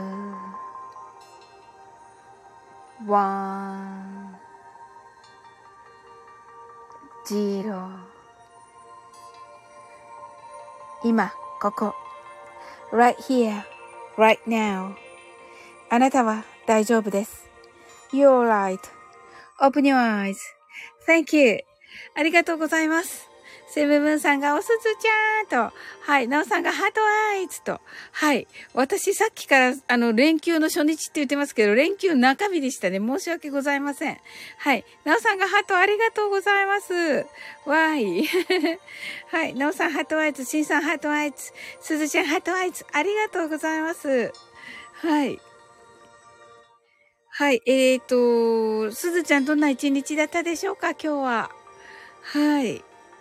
one, zero。今、ここ。right here, right now。あなたは大丈夫です。You're right.Open your eyes. Thank you. ありがとうございます。セブブンさんがおすずちゃんと、はい、なおさんがハートアイズと、はい、私さっきからあの連休の初日って言ってますけど、連休中日でしたね。申し訳ございません。はい、なおさんがハートありがとうございます。わーい。はい、なおさんハートアイズ、しんさんハートアイズ、すずちゃんハートアイズ、ありがとうございます。はい。はい、えーと、すずちゃんどんな一日だったでしょうか、今日は。はい。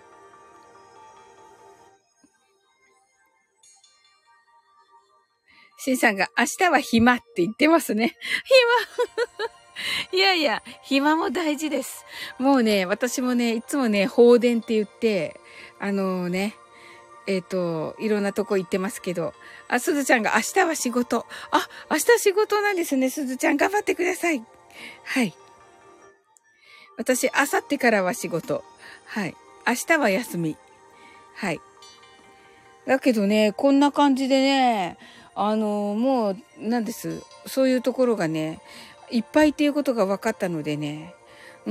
しんさんが明日は暇って言ってますね。暇いやいや、暇も大事です。もうね、私もね、いつもね、放電って言って、あのね、えっと、いろんなとこ行ってますけど、あ、すずちゃんが明日は仕事。あ、明日仕事なんですね、すずちゃん。頑張ってください。はい。私、明後日からは仕事。はい。明日は休み。はい。だけどね、こんな感じでね、あの、もう、なんです。そういうところがね、いっぱいっていうことが分かったのでね、うん。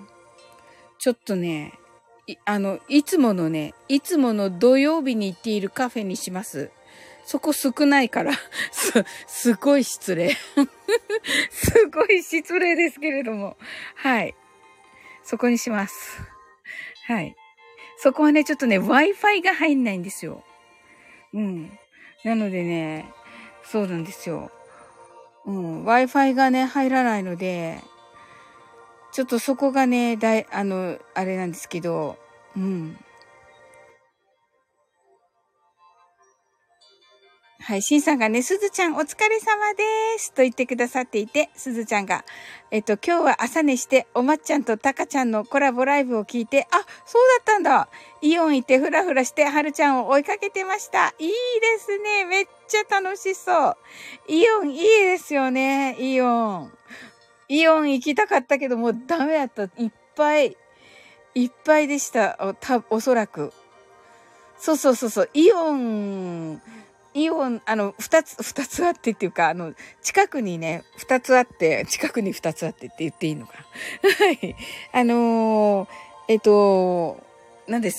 ちょっとね、い、あの、いつものね、いつもの土曜日に行っているカフェにします。そこ少ないから、す、すごい失礼。すごい失礼ですけれども。はい。そこにします。はい。そこはね、ちょっとね、Wi-Fi が入んないんですよ。うん。なのでね、そうなんですよ。うん。Wi-Fi がね、入らないので、ちょっとそこがね、だい、あの、あれなんですけど、うん。はい、しんさんがね、すずちゃんお疲れ様ですと言ってくださっていて、すずちゃんが、えっと、今日は朝寝して、おまっちゃんとたかちゃんのコラボライブを聞いて、あ、そうだったんだ。イオン行ってフラフラして、はるちゃんを追いかけてました。いいですね。めっちゃ楽しそう。イオンいいですよね。イオン。イオン行きたかったけど、もうダメだった。いっぱい、いっぱいでした。お、た、おそらく。そうそうそうそう。イオン、イオン、あの、二つ、二つあってっていうか、あの、近くにね、二つあって、近くに二つあってって言っていいのかな。はい。あのー、えっと、何です。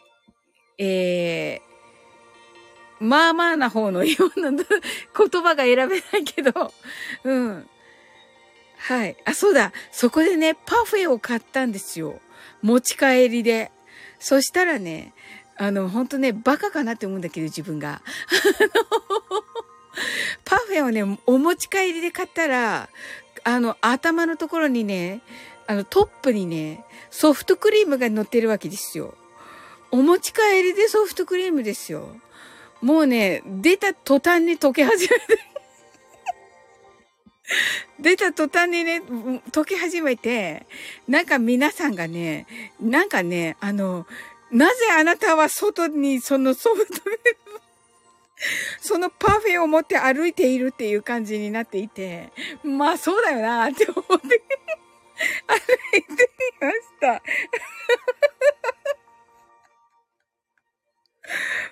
えー、まあまあな方のイオンの言葉が選べないけど、うん。はい。あ、そうだ。そこでね、パフェを買ったんですよ。持ち帰りで。そしたらね、あの、ほんとね、バカかなって思うんだけど、自分が。パフェをね、お持ち帰りで買ったら、あの、頭のところにね、あの、トップにね、ソフトクリームが乗ってるわけですよ。お持ち帰りでソフトクリームですよ。もうね、出た途端に溶け始めて。出た途端にね、溶け始めて、なんか皆さんがね、なんかね、あの、なぜあなたは外にそのソフトクリーム、そのパフェを持って歩いているっていう感じになっていて、まあそうだよなって思って歩いてみました。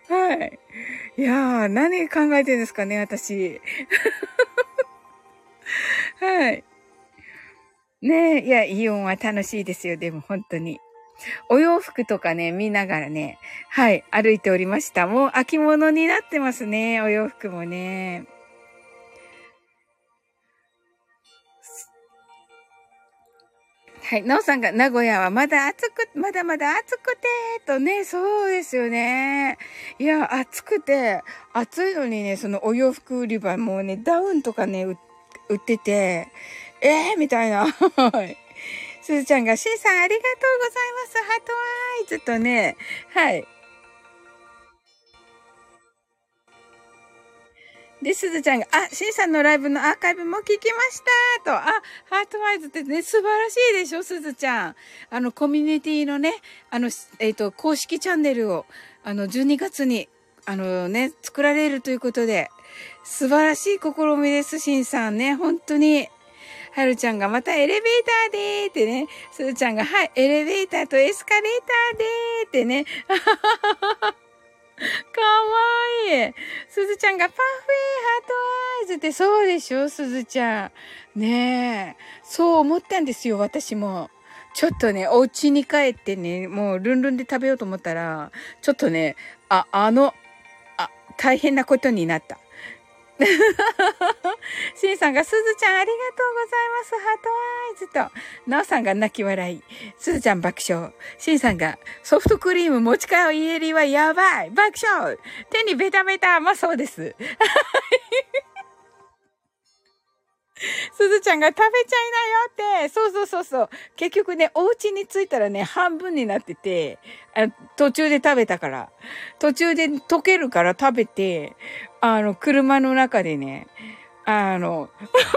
はい。いやー、何考えてるんですかね、私。はい。ねえ、いや、イオンは楽しいですよ、でも本当に。お洋服とかね、見ながらね、はい、歩いておりました。もう秋物になってますね、お洋服もね。 はい。なおさんが名古屋はまだ暑く、まだまだ暑くて、とね、そうですよね。いや、暑くて、暑いのにね、そのお洋服売り場もね、ダウンとかね、売ってて、えーみたいな。はい。すずちゃんが、しんさんありがとうございます。ハートワイズとね、はい。で、すずちゃんが、あ、しんさんのライブのアーカイブも聞きましたと、あ、ハートワイズってね、素晴らしいでしょ、すずちゃん。あの、コミュニティのね、あの、えっと、公式チャンネルを、あの、じゅうにがつに、あのね、作られるということで、素晴らしい試みです、しんさんね、本当に。はるちゃんがまたエレベーターでーってね、すずちゃんが、はい、エレベーターとエスカレーターでーってね、かわいい。すずちゃんがパフェハートアイズってそうでしょすずちゃん。ねえ。そう思ったんですよ、私も。ちょっとね、お家に帰ってね、もうルンルンで食べようと思ったら、ちょっとね、あ、あの、あ、大変なことになった。シンさんが、すずちゃんありがとうございます。ハートアイズと。ナオさんが泣き笑い。すずちゃん爆笑。シンさんが、ソフトクリーム持ち帰りはやばい。爆笑。手にベタベタ。まあそうです。すずちゃんが食べちゃいなよって。そうそうそうそう。結局ね、お家に着いたらね、半分になってて、あ途中で食べたから。途中で溶けるから食べて、あの、車の中でね、あの、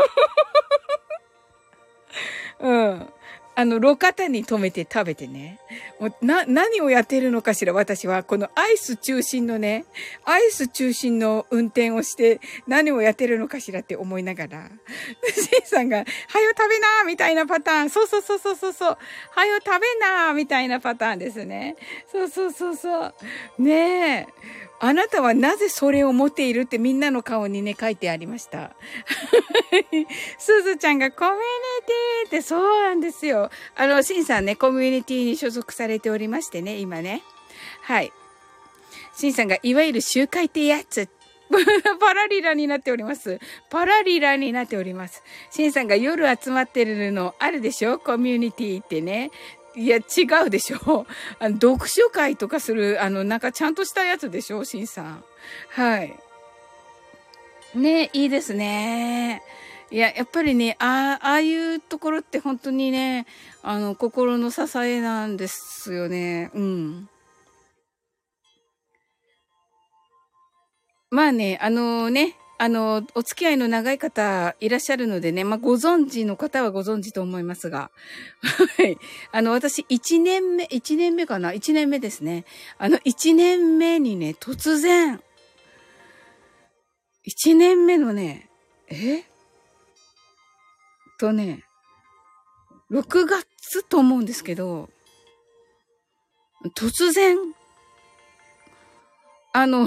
うん。あの、路肩に止めて食べてね。もうな、何をやってるのかしら、私は。このアイス中心のね、アイス中心の運転をして何をやってるのかしらって思いながら。シンさんが、はよ食べなーみたいなパターン。そうそうそうそうそうそう。はよ食べなーみたいなパターンですね。そうそうそうそう。ねえ。あなたはなぜそれを持っているってみんなの顔にね、書いてありました。すずちゃんがコミュニティってそうなんですよ。あの、しんさんね、コミュニティに所属されておりましてね、今ね。はい。しんさんがいわゆる集会ってやつ。パラリラになっております。パラリラになっております。しんさんが夜集まってるのあるでしょコミュニティってね。いや、違うでしょあの、読書会とかする、あの、なんかちゃんとしたやつでしょしんさん。はい。ね、いいですね。いや、やっぱりね、ああ、ああいうところって本当にね、あの、心の支えなんですよね。うん。まあね、あのね、あの、お付き合いの長い方いらっしゃるのでね、まあご存知の方はご存知と思いますが、はい。あの、私一年目、一年目かな一年目ですね。あの、一年目にね、突然、一年目のね、えとね、ろくがつと思うんですけど、突然、あの、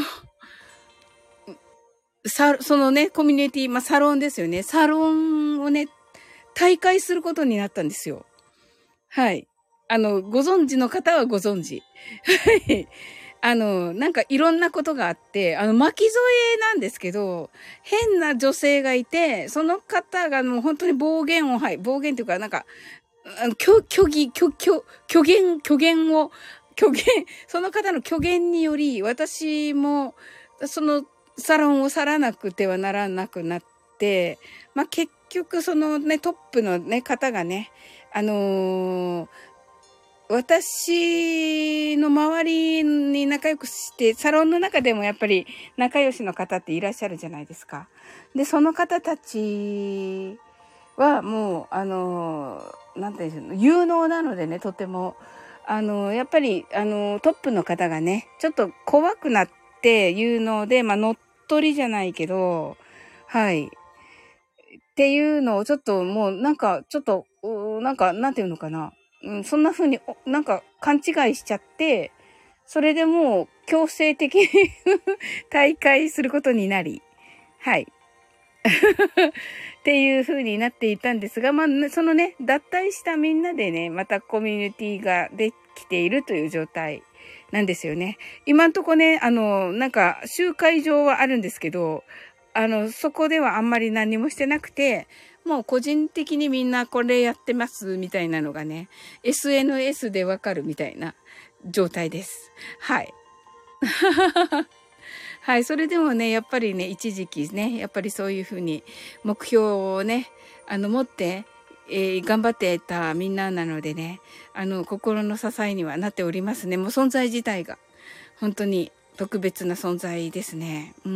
さ、そのね、コミュニティ、まあ、サロンですよね。サロンをね、大会することになったんですよ。はい。あの、ご存知の方はご存知。はい。あの、なんかいろんなことがあって、あの、巻き添えなんですけど、変な女性がいて、その方がもう本当に暴言を、はい、暴言というか、なんか、あの、虚、虚偽、虚、虚、虚言、虚言を、虚言、その方の虚言により、私も、そのサロンを去らなくてはならなくなって、まあ、結局そのね、トップのね、方がね、あのー、私の周りに仲良くして、サロンの中でもやっぱり仲良しの方っていらっしゃるじゃないですか。で、その方たちはもう、あのー、なんていうんでしょう、有能なのでね、とても。あのー、やっぱり、あのー、トップの方がね、ちょっと怖くなって言うので、まあ、乗っ取りじゃないけど、はい。っていうのをちょっともうなんか、ちょっと、なんか、なんていうのかな。うん、そんな風に、なんか勘違いしちゃって、それでもう強制的に大会することになり、はい。っていう風になっていたんですが、まあ、そのね、脱退したみんなでね、またコミュニティができているという状態なんですよね。今んとこね、あの、なんか集会場はあるんですけど、あの、そこではあんまり何もしてなくて、 もう個人的にみんなこれやってますみたいなのがね、エスエヌエス でわかるみたいな状態です。はい。はい。それでもね、やっぱりね、一時期ね、やっぱりそういうふうに目標をね、あの、持って、えー頑張ってたみんななのでね、あの、心の支えにはなっておりますね。もう存在自体が、本当に特別な存在ですね。うん。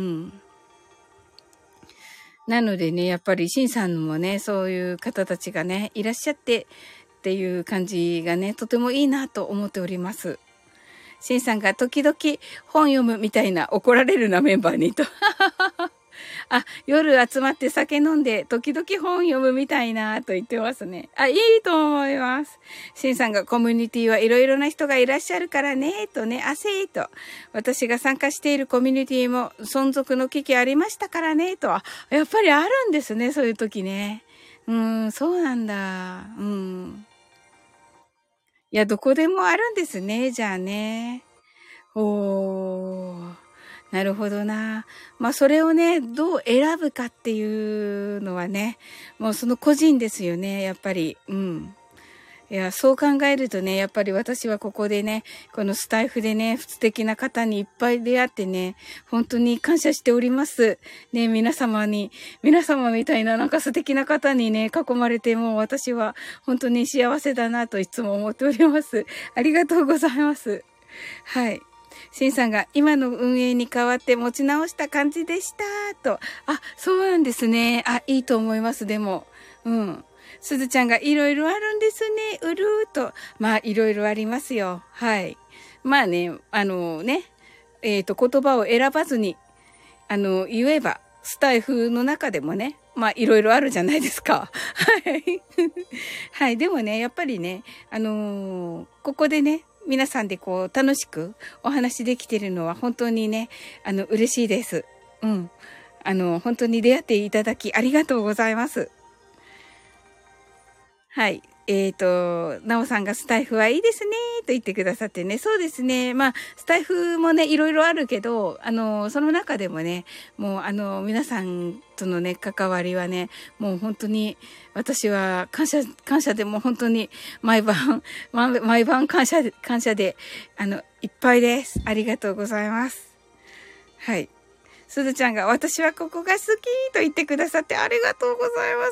なのでね、やっぱり、シンさんもね、そういう方たちがね、いらっしゃってっていう感じがね、とてもいいなと思っております。シンさんが時々本読むみたいな怒られるなメンバーにと。あ、夜集まって酒飲んで時々本読むみたいなと言ってますね。あ、いいと思います。シンさんがコミュニティはいろいろな人がいらっしゃるからね、とね、あせーと。私が参加しているコミュニティも存続の危機ありましたからね、と。やっぱりあるんですね、そういう時ね。うーん、そうなんだ。うん。いや、どこでもあるんですね、じゃあね。おー。なるほどな。まあ、それをね、どう選ぶかっていうのはね、もうその個人ですよね、やっぱり。うん。いや、そう考えるとね、やっぱり私はここでね、このスタイフでね、素敵な方にいっぱい出会ってね、本当に感謝しております。ね、皆様に、皆様みたいななんか素敵な方にね、囲まれてもう私は本当に幸せだなといつも思っております。ありがとうございます。はい。シンさんが今の運営に代わって持ち直した感じでしたと。あ、そうなんですね。あ、いいと思います。でも。うん。すずちゃんがいろいろあるんですね。うるーと。まあ、いろいろありますよ。はい。まあね、あのね、えっと、言葉を選ばずに、あの、言えば、スタイフの中でもね、まあ、いろいろあるじゃないですか。はい。はい。でもね、やっぱりね、あのーここでね、皆さんでこう、楽しくお話できてるのは本当にね、あの、嬉しいです。うん。あの、本当に出会っていただきありがとうございます。はい。えっと、なおさんがスタイフはいいですね、と言ってくださってね。そうですね。まあ、スタイフもね、いろいろあるけど、あの、その中でもね、もう、あの、皆さんとのね、関わりはね、もう本当に、私は感謝、感謝でも本当に、毎晩、毎毎晩感謝、感謝で、あの、いっぱいです。ありがとうございます。はい。すずちゃんが私はここが好きと言ってくださってありがとうございます。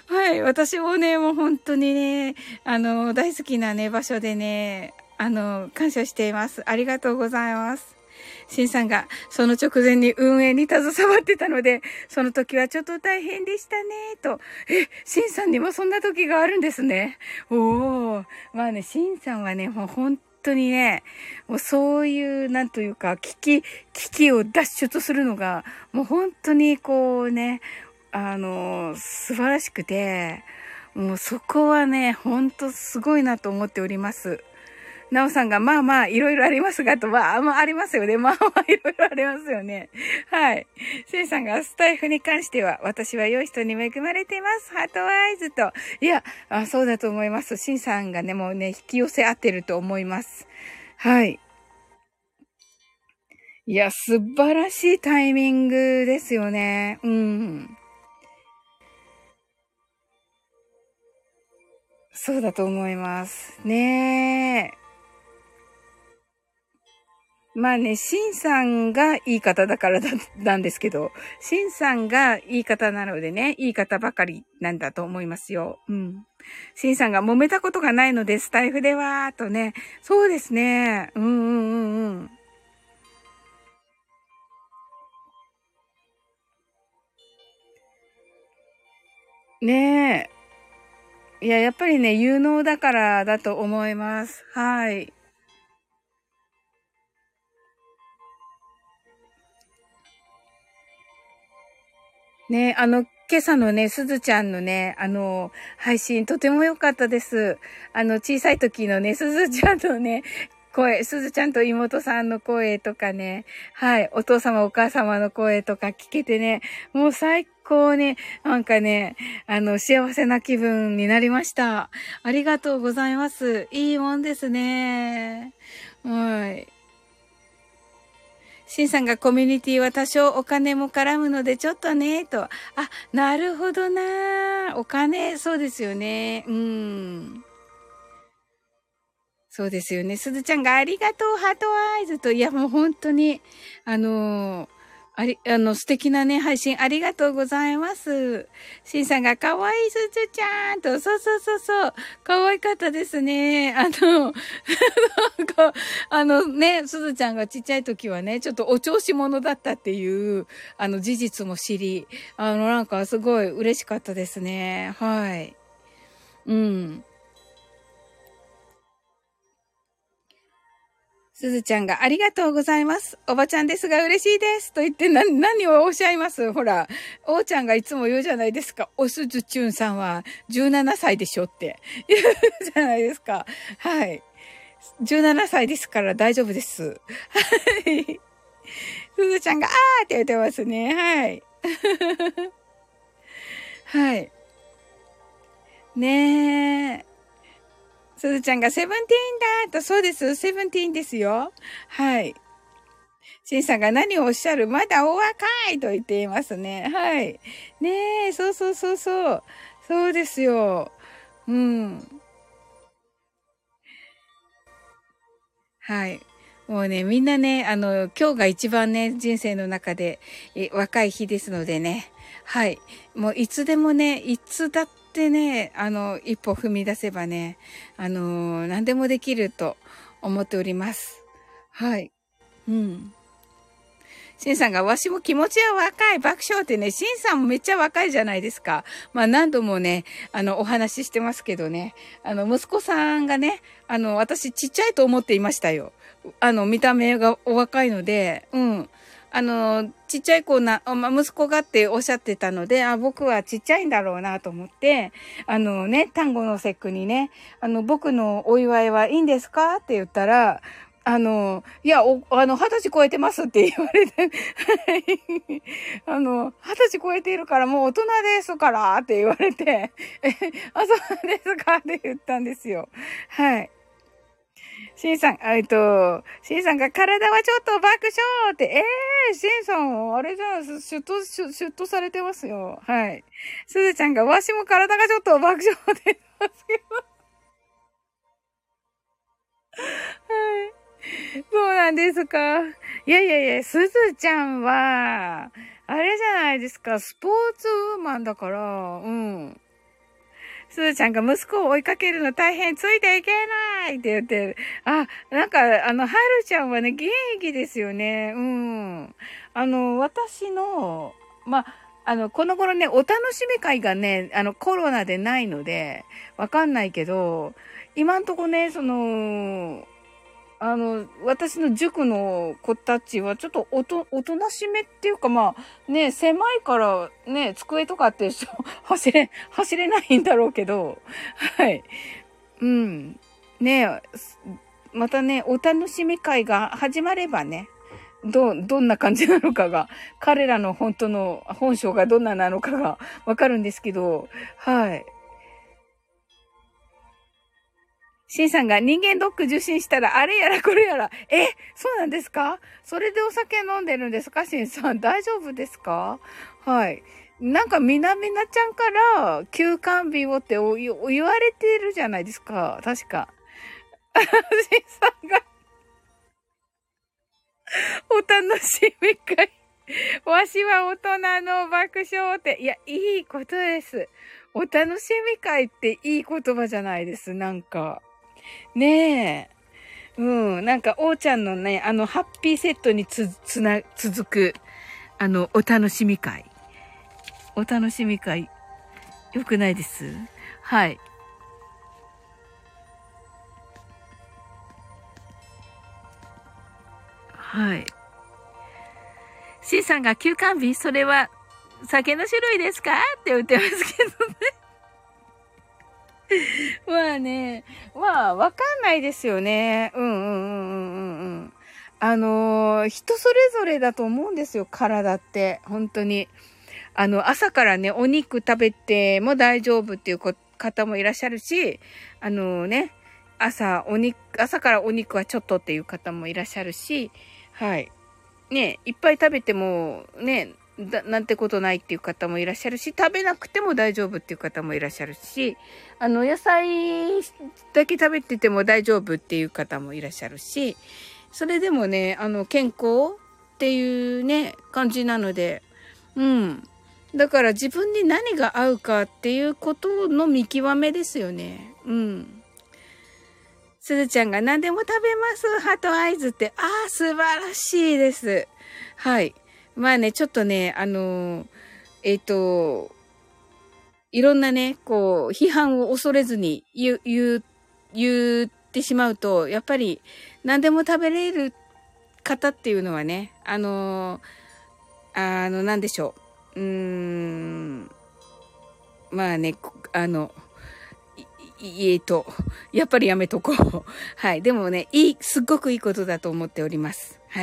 はい。私もね、もう本当にね、あの、大好きなね、場所でね、あの、感謝しています。ありがとうございます。シンさんがその直前に運営に携わってたので、その時はちょっと大変でしたね、と。え、シンさんにもそんな時があるんですね。おー。まあね、シンさんはね、もう本当にね、もうそういう、なんというか、危機、危機を脱出するのが、もう本当にこうね、あの、素晴らしくて、もうそこはね、本当すごいなと思っております。なおさんが、まあまあ、いろいろありますが、と、まあ、まあ、ありますよね。まあまあ、いろいろありますよね。はい。せいさんが、スタイフに関しては、私は良い人に恵まれてます。ハートアイズと。いや、あ、そうだと思います。シンさんがね、もうね、引き寄せ合ってると思います。はい。いや、素晴らしいタイミングですよね。うん。そうだと思います。ねえ。まあね、シンさんがいい方だからだ、なんですけど、シンさんがいい方なのでね、いい方ばかりなんだと思いますよ。うん。シンさんが揉めたことがないので、スタイフでは、とね。そうですね。うんうんうんうん。ねえ。いや、やっぱりね、有能だからだと思います。はい。ね、あの、今朝のね、すずちゃんのね、あの、配信とても良かったです。あの、小さい時のね、すずちゃんのね、声、すずちゃんと妹さんの声とかね、はい、お父様お母様の声とか聞けてね、もう最高ね、なんかね、あの、幸せな気分になりました。ありがとうございます。いいもんですね。はい。 シンさんがコミュニティは多少お金も絡むのでちょっとね、と。あ、なるほどな。お金、そうですよね。うん。そうですよね。すずちゃんがありがとう、ハートアイズと、いや、もう本当に、あのーあり、あの、素敵なね、配信ありがとうございます。しんさんがかわいいすずちゃんと、そうそうそうそう、かわいかったですね。あの、なんか、あのね、すずちゃんがちっちゃい時はね、ちょっとお調子者だったっていう、あの、事実も知り、あの、なんかすごい嬉しかったですね。はい。うん。すずちゃんがありがとうございます。おばちゃんですが嬉しいです。と言ってな、何をおっしゃいます？ほら、おーちゃんがいつも言うじゃないですか。おすずちゅんさんはじゅうななさいでしょって言うじゃないですか。はい。じゅうななさいですから大丈夫です。はい。すずちゃんがあーって言ってますね。はい。はい。ねえ。すずちゃんがセブンティーンだと、そうです。セブンティーンですよ。はい。シンさんが何をおっしゃるまだお若いと言っていますね。はい。ねえ、そうそうそうそう。そうですよ。うん。はい。もうね、みんなね、あの、今日が一番ね、人生の中でえ若い日ですのでね。はい。もういつでもね、いつだってね、あの、一歩踏み出せばね、あの、何でもできると思っております。はい。うん。シンさんが、わしも気持ちは若い、爆笑ってね、シンさんもめっちゃ若いじゃないですか。まあ何度もね、あの、お話ししてますけどね。あの、息子さんがね、あの、私ちっちゃいと思っていましたよ。あの、見た目がお若いので、うん。あの、ちっちゃい子な、まあ、息子がっておっしゃってたので、あ、僕はちっちゃいんだろうなと思って、あのね、単語の節句にね、あの、僕のお祝いはいいんですかって言ったら、あの、いや、お、あの、二十歳超えてますって言われて、はい。あの、二十歳超えているからもう大人ですからって言われて、え、あ、そうですかって言ったんですよ。はい。シンさん、えっと、シンさんが体はちょっと爆笑って、ええー、シンさん、あれじゃん、シュッと、シュシュッとされてますよ。はい。すずちゃんが、わしも体がちょっと爆笑って言ってますけど。はい。そうなんですか。いやいやいや、すずちゃんは、あれじゃないですか、スポーツウーマンだから、うん。すずちゃんが息子を追いかけるの大変、ついていけないって言ってる。あ、なんか、あの、はるちゃんはね、元気ですよね。うん。あの、私の、まあ、あの、この頃ね、お楽しみ会がね、あの、コロナでないので、わかんないけど、今んとこね、その、あの、私の塾の子たちはちょっとおと、おとなしめっていうかまあ、ね、狭いからね、机とかって走れ、走れないんだろうけど、はい。うん。ね、またね、お楽しみ会が始まればね、ど、どんな感じなのかが、彼らの本当の本性がどんななのかがわかるんですけど、はい。シンさんが人間ドック受診したら、あれやらこれやら、え、そうなんですか？それでお酒飲んでるんですか？シンさん、大丈夫ですか？はい。なんか、みなみなちゃんから、休館日をってお言われてるじゃないですか。確か。シンさんが、お楽しみ会。わしは大人の爆笑って。いや、いいことです。お楽しみ会っていい言葉じゃないです。なんか。ねえ。うん。なんか、おーちゃんのね、あの、ハッピーセットにつ、つな、続く、あの、お楽しみ会。お楽しみ会。よくないです？はい。はい。C さんが休館日それは、酒の種類ですかって言ってますけどね。まあね。まあ、わかんないですよね。うんうんうんうんうんうん。あのー、人それぞれだと思うんですよ、体って。本当に。あの、朝からね、お肉食べても大丈夫っていう方もいらっしゃるし、あのね、朝、お肉、朝からお肉はちょっとっていう方もいらっしゃるし、はい。 ね、いっぱい食べても、ね、だなんてことないっていう方もいらっしゃるし、食べなくても大丈夫っていう方もいらっしゃるし、あの、野菜だけ食べてても大丈夫っていう方もいらっしゃるし、それでもね、あの、健康っていうね、感じなので、うん。だから自分に何が合うかっていうことの見極めですよね。うん。すずちゃんが何でも食べます。ハートアイズって。ああ、素晴らしいです。はい。まあね、ちょっとね、あのー、えっと、いろんなね、こう、批判を恐れずに言う、言う、言ってしまうと、やっぱり何でも食べれる方っていうのはね、あのー、あの、なんでしょう。うーん、まあね、あの、い、えっと、やっぱりやめとこう。はい。でもね、いい、すっごくいいことだと思っております。はい。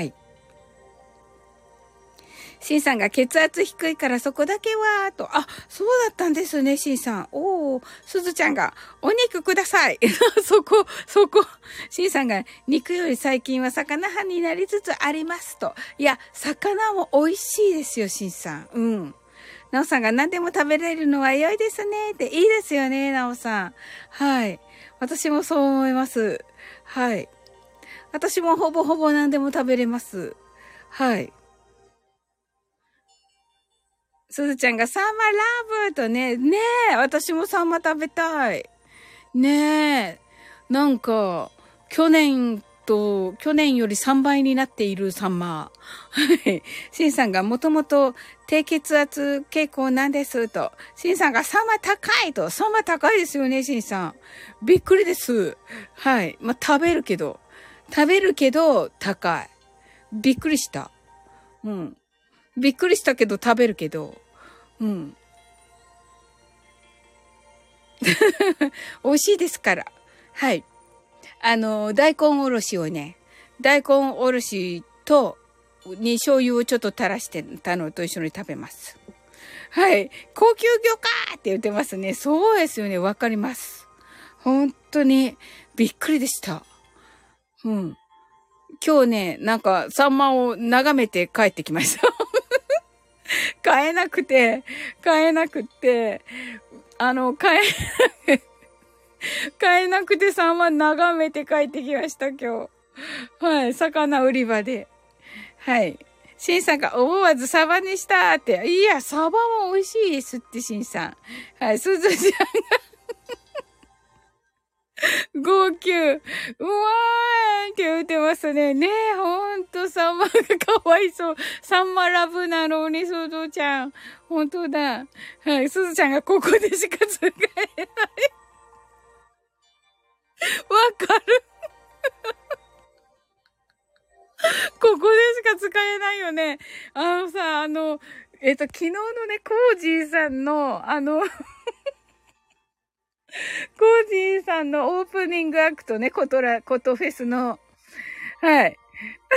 シンさんが血圧低いからそこだけは、と。あ、そうだったんですね、シンさん。おー、すずちゃんが、お肉ください。そこ、そこ。シンさんが、肉より最近は魚派になりつつありますと。いや、魚も美味しいですよ、シンさん。うん。なおさんが何でも食べれるのは良いですね。って、いいですよね、なおさん。はい。私もそう思います。はい。私もほぼほぼ何でも食べれます。はい。すずちゃんがサンマラブとね、ねえ、私もサンマ食べたい。ねえ、なんか、去年と、去年よりさんばいになっているサンマ。はい。シンさんがもともと低血圧傾向なんですと。シンさんがサンマ高いと。サンマ高いですよね、シンさん。びっくりです。はい。まあ、食べるけど。食べるけど、高い。びっくりした。うん。びっくりしたけど、食べるけど。うん。美味しいですから。はい。あの、大根おろしをね、大根おろしと、に醤油をちょっと垂らしてたのと一緒に食べます。はい。高級魚かーって言ってますね。そうですよね。わかります。本当にびっくりでした。うん。今日ね、なんか、サンマを眺めて帰ってきました。買えなくて、買えなくて、あの、買え、買えなくてサンマ眺めて帰ってきました、今日。はい、魚売り場で。はい。シンさんが思わずサバにしたって。いや、サバも美味しいですって、シンさん。はい、すずちゃんが号泣。うわーって言ってますね。ねえ、ほんと、サンマがかわいそう。サンマラブなのに、すずちゃん。ほんとだ。はい、すずちゃんがここでしか使えない。わかる。ここでしか使えないよね。あのさ、あの、えっと、昨日のね、コージーさんの、あの、コージーさんのオープニングアクトね、コトラ、コトフェスの、はい。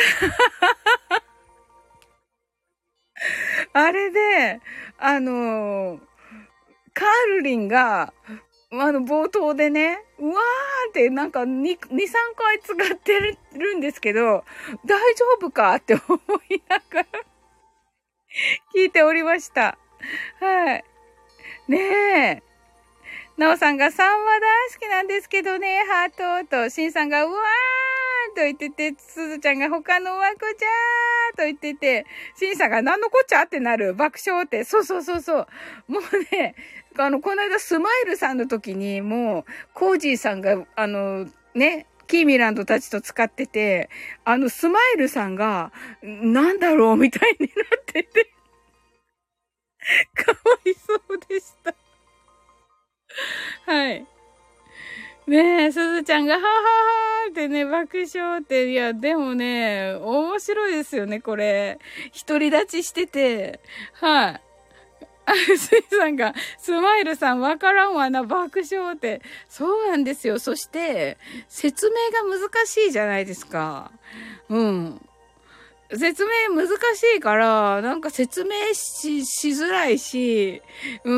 あれで、あの、カールリンが、あの、冒頭でね、うわーってなんかに、に、さんかい使ってるんですけど、大丈夫かって思いながら聞いておりました。はい。ねえ。なおさんがサンマ大好きなんですけどね、ハートと、シンさんがうわーと言ってて、すずちゃんが他のわこちゃーと言ってて、シンさんが何のこっちゃってなる爆笑って、そうそうそうそう。もうね、あの、この間スマイルさんの時にもう、コージーさんが、あの、ね、キーミランドたちと使ってて、あの、スマイルさんが、なんだろうみたいになってて、かわいそうでした。はい。ねえ、すずちゃんが、はははーってね、爆笑って、いや、でもね、面白いですよね、これ。独り立ちしてて、はい。あ、スイさんが、スマイルさんわからんわな、爆笑って。そうなんですよ。そして、説明が難しいじゃないですか。うん。説明難しいから、なんか説明し、しづらいし、うん。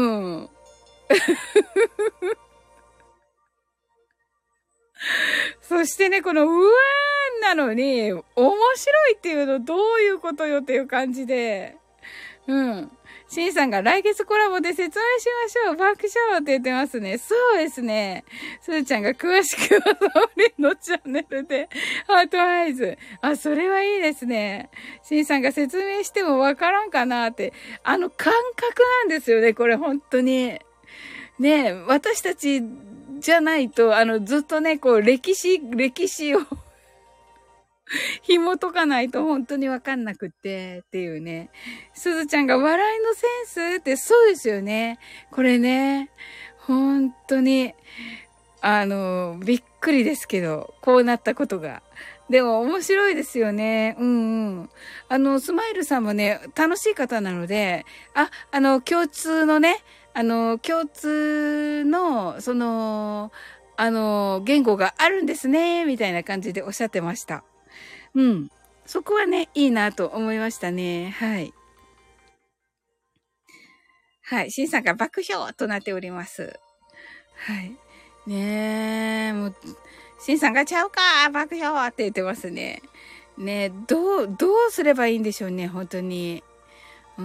そしてね、この、うわんなのに、面白いっていうのどういうことよっていう感じで。うん。シンさんが来月コラボで説明しましょう。爆笑って言ってますね。そうですね。すーちゃんが詳しくはサオリンのチャンネルでハートアイズ。あ、それはいいですね。シンさんが説明してもわからんかなって。あの感覚なんですよね。これ本当に。ねえ、私たちじゃないと、あの、ずっとね、こう、歴史、歴史を紐解かないと本当にわかんなくって、っていうね。すずちゃんが笑いのセンスってそうですよね。これね、本当に、あの、びっくりですけど、こうなったことが。でも面白いですよね。うんうん。あの、スマイルさんもね、楽しい方なので、あ、あの、共通のね、あの、共通の、その、あの、言語があるんですね、みたいな感じでおっしゃってました。うん。そこはね、いいなと思いましたね。はい。はい。シンさんが爆笑となっております。はい。ねえ、もう、シンさんがちゃうか爆笑って言ってますね。ねえ、どう、どうすればいいんでしょうね、本当に。うん。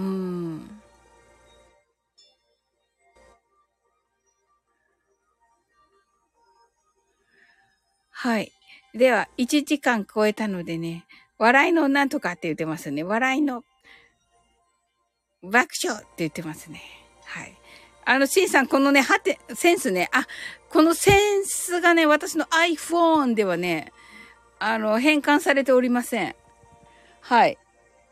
はい。では、いちじかん超えたのでね、笑いのなんとかって言ってますね。笑いの爆笑って言ってますね。はい。あの、シンさん、このね、はて、センスね、あ、このセンスがね、私の iPhone ではね、あの、変換されておりません。はい。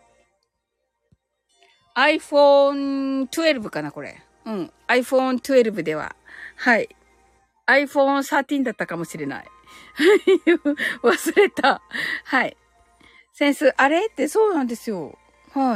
アイフォントゥエルブ かな、これ。うん。アイフォントゥエルブ では。はい。アイフォンサーティーン だったかもしれない。忘れた。はい。センス、あれってそうなんですよ。はい。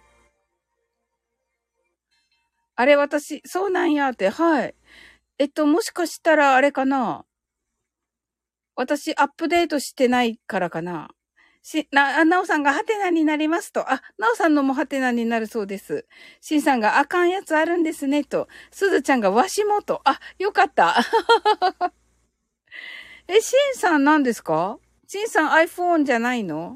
あれ私、そうなんやって、はい。えっと、もしかしたらあれかな。私、アップデートしてないからかな。し、な、なおさんがハテナになりますと。あ、なおさんのもハテナになるそうです。しんさんがあかんやつあるんですね、と。すずちゃんがわしもと。あ、よかった。え、しんさん何ですか？しんさん iPhone じゃないの？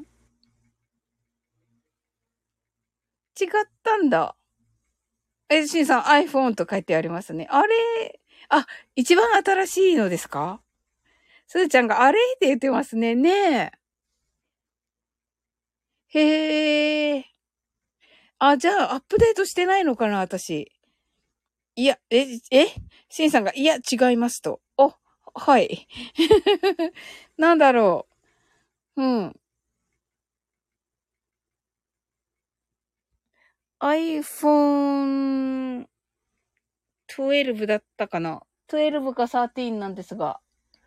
違ったんだ。え、しんさん iPhone と書いてありますね。あれ？あ、一番新しいのですか？すずちゃんがあれって言ってますね。ねえ。へえ。あ、じゃあ、アップデートしてないのかな、私。いや、え、えシンさんが、いや、違いますと。お、はい。なんだろう。うん。iPhone じゅうにだったかな？ じゅうに かじゅうさんなんですが。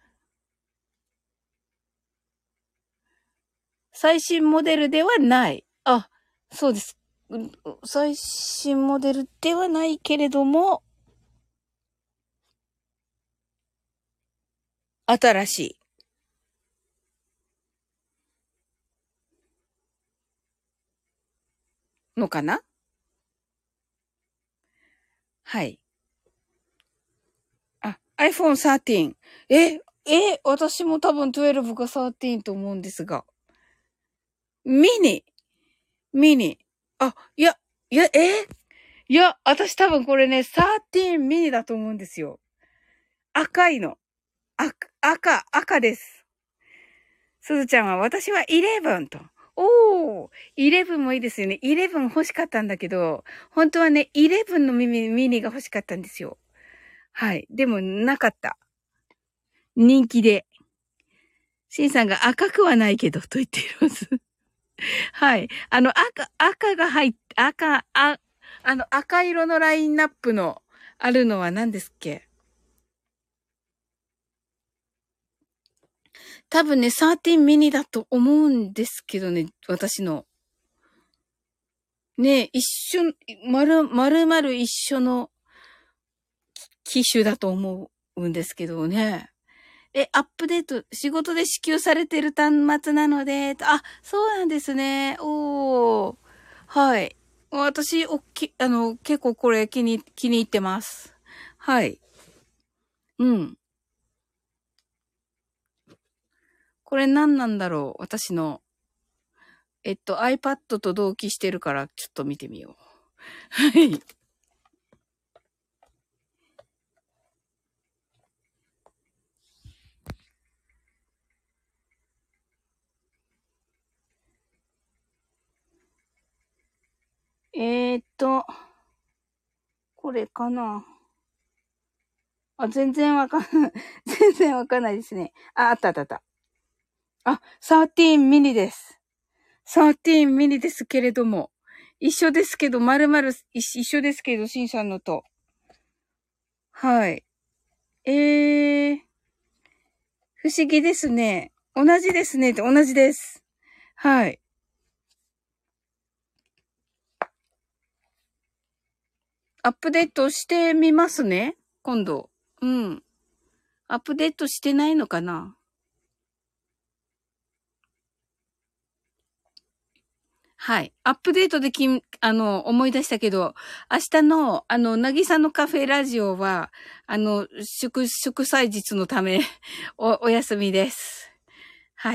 最新モデルではない。あ、そうです。うん最新モデルではないけれども、新しいのかな？はい。あ、iPhone じゅうさん。え、え、私も多分じゅうにかじゅうさんと思うんですが。ミニ、ミニ。あ、いや、いや、えいや、私多分これね、じゅうさんミニだと思うんですよ。赤いの。赤、赤、赤です。すずちゃんは、私はじゅういちと。おー、じゅういちもいいですよね。じゅういち欲しかったんだけど、本当はね、じゅういちのミニ、ミニが欲しかったんですよ。はい。でも、なかった。人気で。シンさんが赤くはないけど、と言っています。はい。あの、赤、赤が入っ、赤、あ、あの、赤色のラインナップの、あるのは何ですっけ？多分ね、じゅうさんミニだと思うんですけどね、私の。ね、一緒、まる、まるまる一緒の機種だと思うんですけどね。え、アップデート、仕事で支給されてる端末なので、あ、そうなんですね。おー。はい。私、おっき、あの、結構これ気に、気に入ってます。はい。うん。 これ何なんだろう私の、えっと、iPad と同期してるから、ちょっと見てみよう。はい。えーっと、これかな。あ、全然わかんない。全然わかんないですね。あ、あったあったあった。あ、じゅうさんミニです。じゅうさんミニですけれども。一緒ですけど、まるまる一緒ですけど、シンさんのと。はい。えー、不思議ですね。同じですね。同じです。はい。アップデートしてみますね。今度。うん。アップデートしてないのかな。はい。アップデートできん、あの、思い出したけど、明日の、あの、なぎさのカフェラジオは、あの、祝、祝祭日のため、お、お休みです。はい。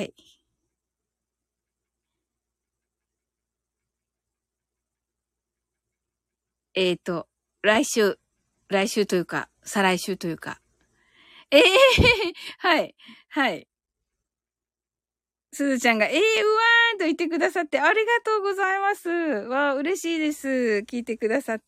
えっと、来週、来週というか、再来週というか。ええー、はい、はい。すずちゃんが、ええー、うわーんと言ってくださって、ありがとうございます。わー、嬉しいです。聞いてくださって。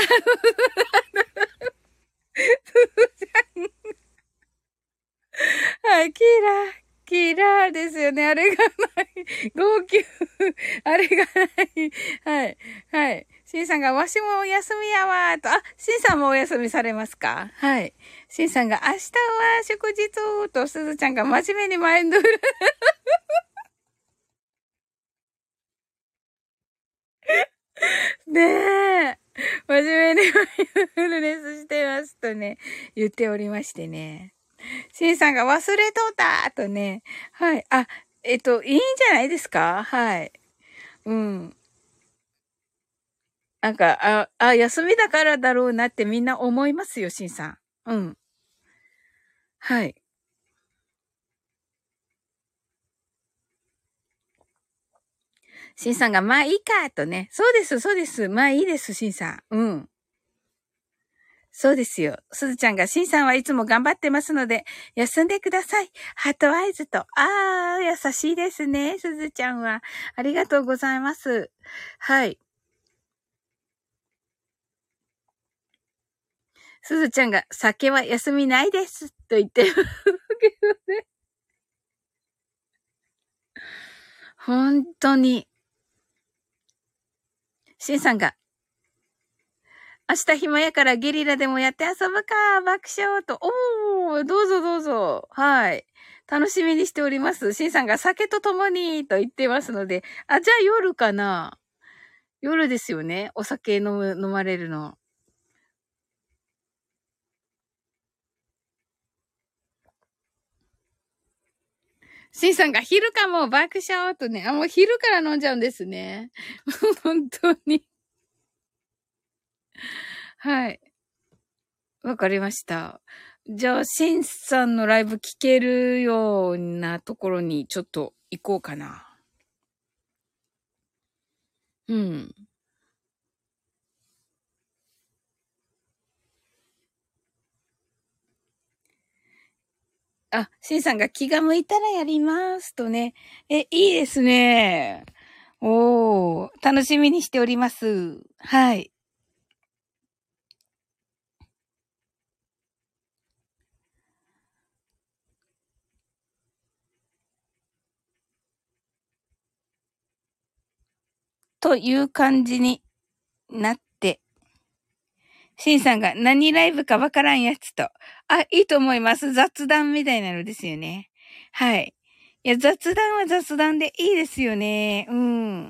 はい、キラー、キラーですよね。あれがない。号泣。あれがない。はい、はい。シンさんが、わしもお休みやわーと。あ、シンさんもお休みされますか？はい。シンさんが、明日は祝日と、すずちゃんが真面目にマインドフル。ねえ。真面目にマインドフルネスしてますとね、言っておりましてね。シンさんが忘れとったとね。はい。あ、えっと、いいんじゃないですか？はい。うん。なんか、あ、あ、休みだからだろうなってみんな思いますよ、シンさん。うん。はい。シンさんが、まあいいか、とね。そうです、そうです。まあいいです、シンさん。うん。そうですよ。すずちゃんが、シンさんはいつも頑張ってますので、休んでください。ハートアイズと。あー、優しいですね、すずちゃんは。ありがとうございます。はい。すずちゃんが、酒は休みないです。と言ってますけどね。本当に。シンさんが、明日暇やからゲリラでもやって遊ぶか、爆笑と。おー、どうぞどうぞ。はい。楽しみにしております。シンさんが酒と共にと言ってますので。あ、じゃあ夜かな。夜ですよね。お酒飲む、飲まれるの。シンさんが昼かも爆笑とね。あ、もう昼から飲んじゃうんですね。本当に。はい。わかりました。じゃあ、シンさんのライブ聞けるようなところにちょっと行こうかな。うん。あ、シンさんが気が向いたらやりますとね。え、いいですね。おー、楽しみにしております。はい。という感じになって、シンさんが何ライブかわからんやつと。あ、いいと思います。雑談みたいなのですよね。はい。いや、雑談は雑談でいいですよね。うん。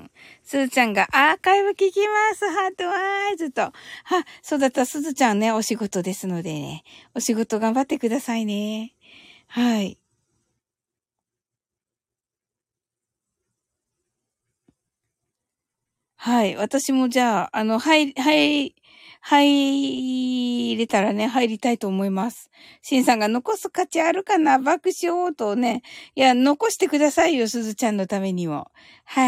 すずちゃんがアーカイブ聞きます。ハートアイズと。は、そうだった。すずちゃんね、お仕事ですのでね。お仕事頑張ってくださいね。はい。はい。私もじゃあ、あの、入、入、 入れたらね、入りたいと思います。シンさんが残す価値あるかな爆笑とね。いや、残してくださいよ、すずちゃんのためにも。はい。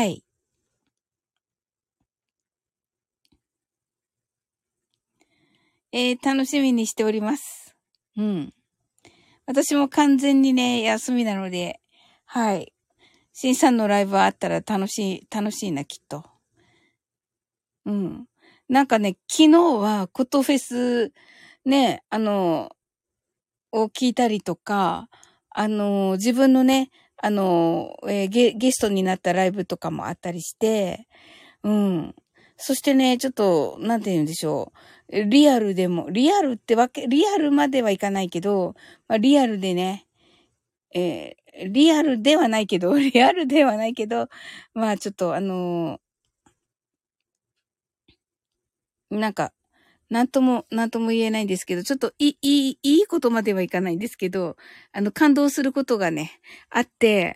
えー、楽しみにしております。うん。私も完全にね、休みなので、はい。シンさんのライブあったら楽しい、楽しいな、きっと。うん。なんかね、昨日はコトフェス、ね、あの、を聞いたりとか、あの、自分のね、あの、えーゲ、ゲストになったライブとかもあったりして、うん。そしてね、ちょっと、なんて言うんでしょう。リアルでも、リアルってわけ、リアルまではいかないけど、まあ、リアルでね、えーリアルではないけど、リアルではないけど、まあちょっとあのーなんか、なんとも、なんとも言えないんですけど、ちょっといい、いい、いいことまではいかないんですけど、あの、感動することがね、あって、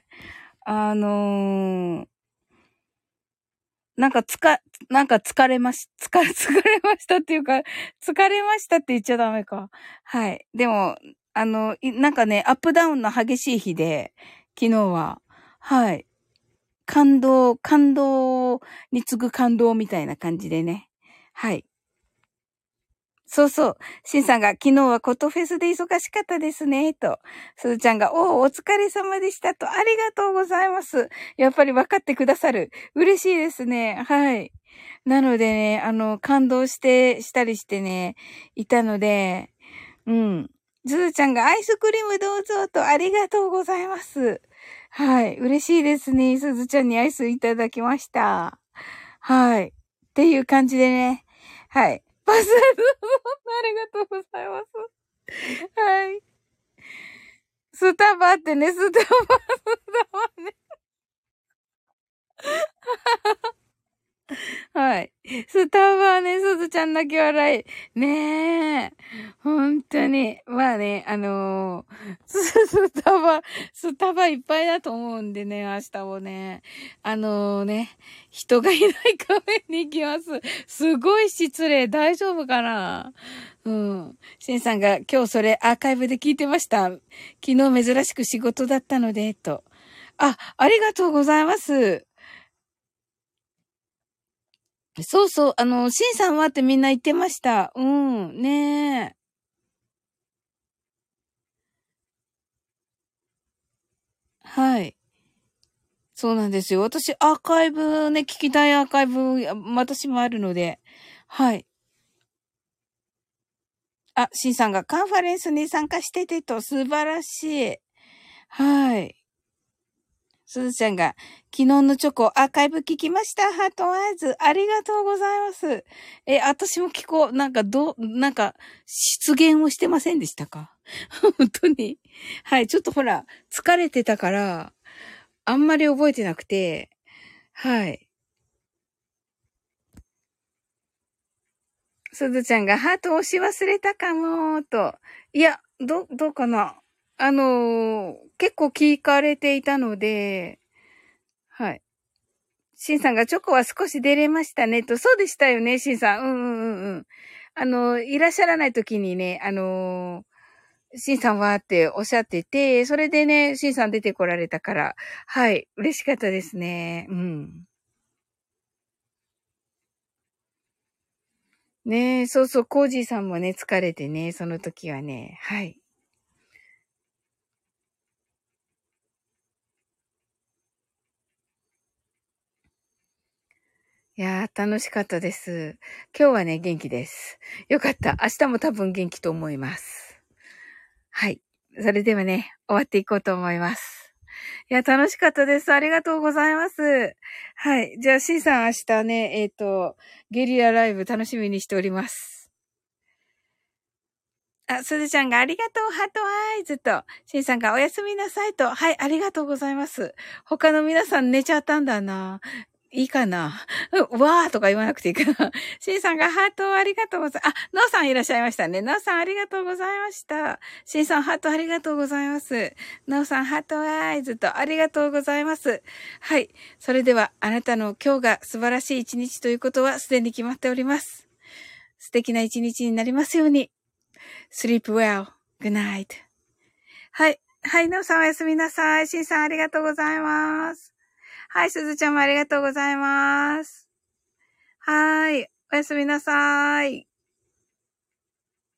あのーなんかつか、なんか疲れまし、つか、疲れましたっていうか、疲れましたって言っちゃダメか。はい。でも、あの、いなんかね、アップダウンの激しい日で、昨日は、はい。感動、感動に次ぐ感動みたいな感じでね。はい。そうそう。シンさんが昨日はコトフェスで忙しかったですね、と。すずちゃんが、おお、お疲れ様でしたと。ありがとうございます。やっぱり分かってくださる。嬉しいですね。はい。なのでね、あの、感動して、したりしてね、いたので、うん。すずちゃんがアイスクリームどうぞとありがとうございます。はい。嬉しいですね。すずちゃんにアイスいただきました。はい。っていう感じでね。はい。パス、ありがとうございます。はい。スタバってね、スタバ、スタバね。はい。スタバね、すずちゃん泣き笑い。ねえ。本当に。まあね、あのー、ス、スタバ、スタバいっぱいだと思うんでね、明日もね。あのー、ね、人がいないカフェに行きます。すごい失礼。大丈夫かな？うん。シンさんが今日それアーカイブで聞いてました。昨日珍しく仕事だったので、と。あ、ありがとうございます。そうそう、あの、シンさんはってみんな言ってました。うん、ねえ。はい。そうなんですよ。私、アーカイブね、聞きたいアーカイブ、や私もあるので。はい。あ、シンさんがカンファレンスに参加しててと素晴らしい。はい。すずちゃんが、昨日のチョコアーカイブ聞きました。ハートアイズ。ありがとうございます。え、私も聞こう。なんか、どう、なんか、出現をしてませんでしたか？本当に。はい。ちょっとほら、疲れてたから、あんまり覚えてなくて、はい。すずちゃんがハート押し忘れたかも、と。いや、ど、どうかな。あのー結構聞かれていたので、はい。シンさんがチョコは少し出れましたねと。そうでしたよね、シンさん。うんうんうんうん。あの、いらっしゃらない時にね、あのー、シンさんはっておっしゃってて、それでね、シンさん出てこられたから、はい、嬉しかったですね。うん。ねえ、そうそう、コージーさんもね、疲れてね、その時はね、はい。いやー、楽しかったです。今日はね、元気です。よかった。明日も多分元気と思います。はい。それではね、終わっていこうと思います。いや、楽しかったです。ありがとうございます。はい。じゃあ、C さん明日ね、えっと、ゲリラライブ楽しみにしております。あ、すずちゃんがありがとう、ハートアイズと、しんさんがおやすみなさいと、はい、ありがとうございます。他の皆さん寝ちゃったんだな。いいかな。うわーとか言わなくていいかな。しんさんがハートありがとうございます。あ、のうさんいらっしゃいましたね。のうさんありがとうございました。しんさんハートありがとうございます。のうさんハートアイズとありがとうございます。はい。それでは、あなたの今日が素晴らしい一日ということはすでに決まっております。 素敵な一日になりますように。sleep well. Good night. はい。はい、なおさんおやすみなさい。しんさんありがとうございます。はい、すずちゃんもありがとうございます。はい。おやすみなさい。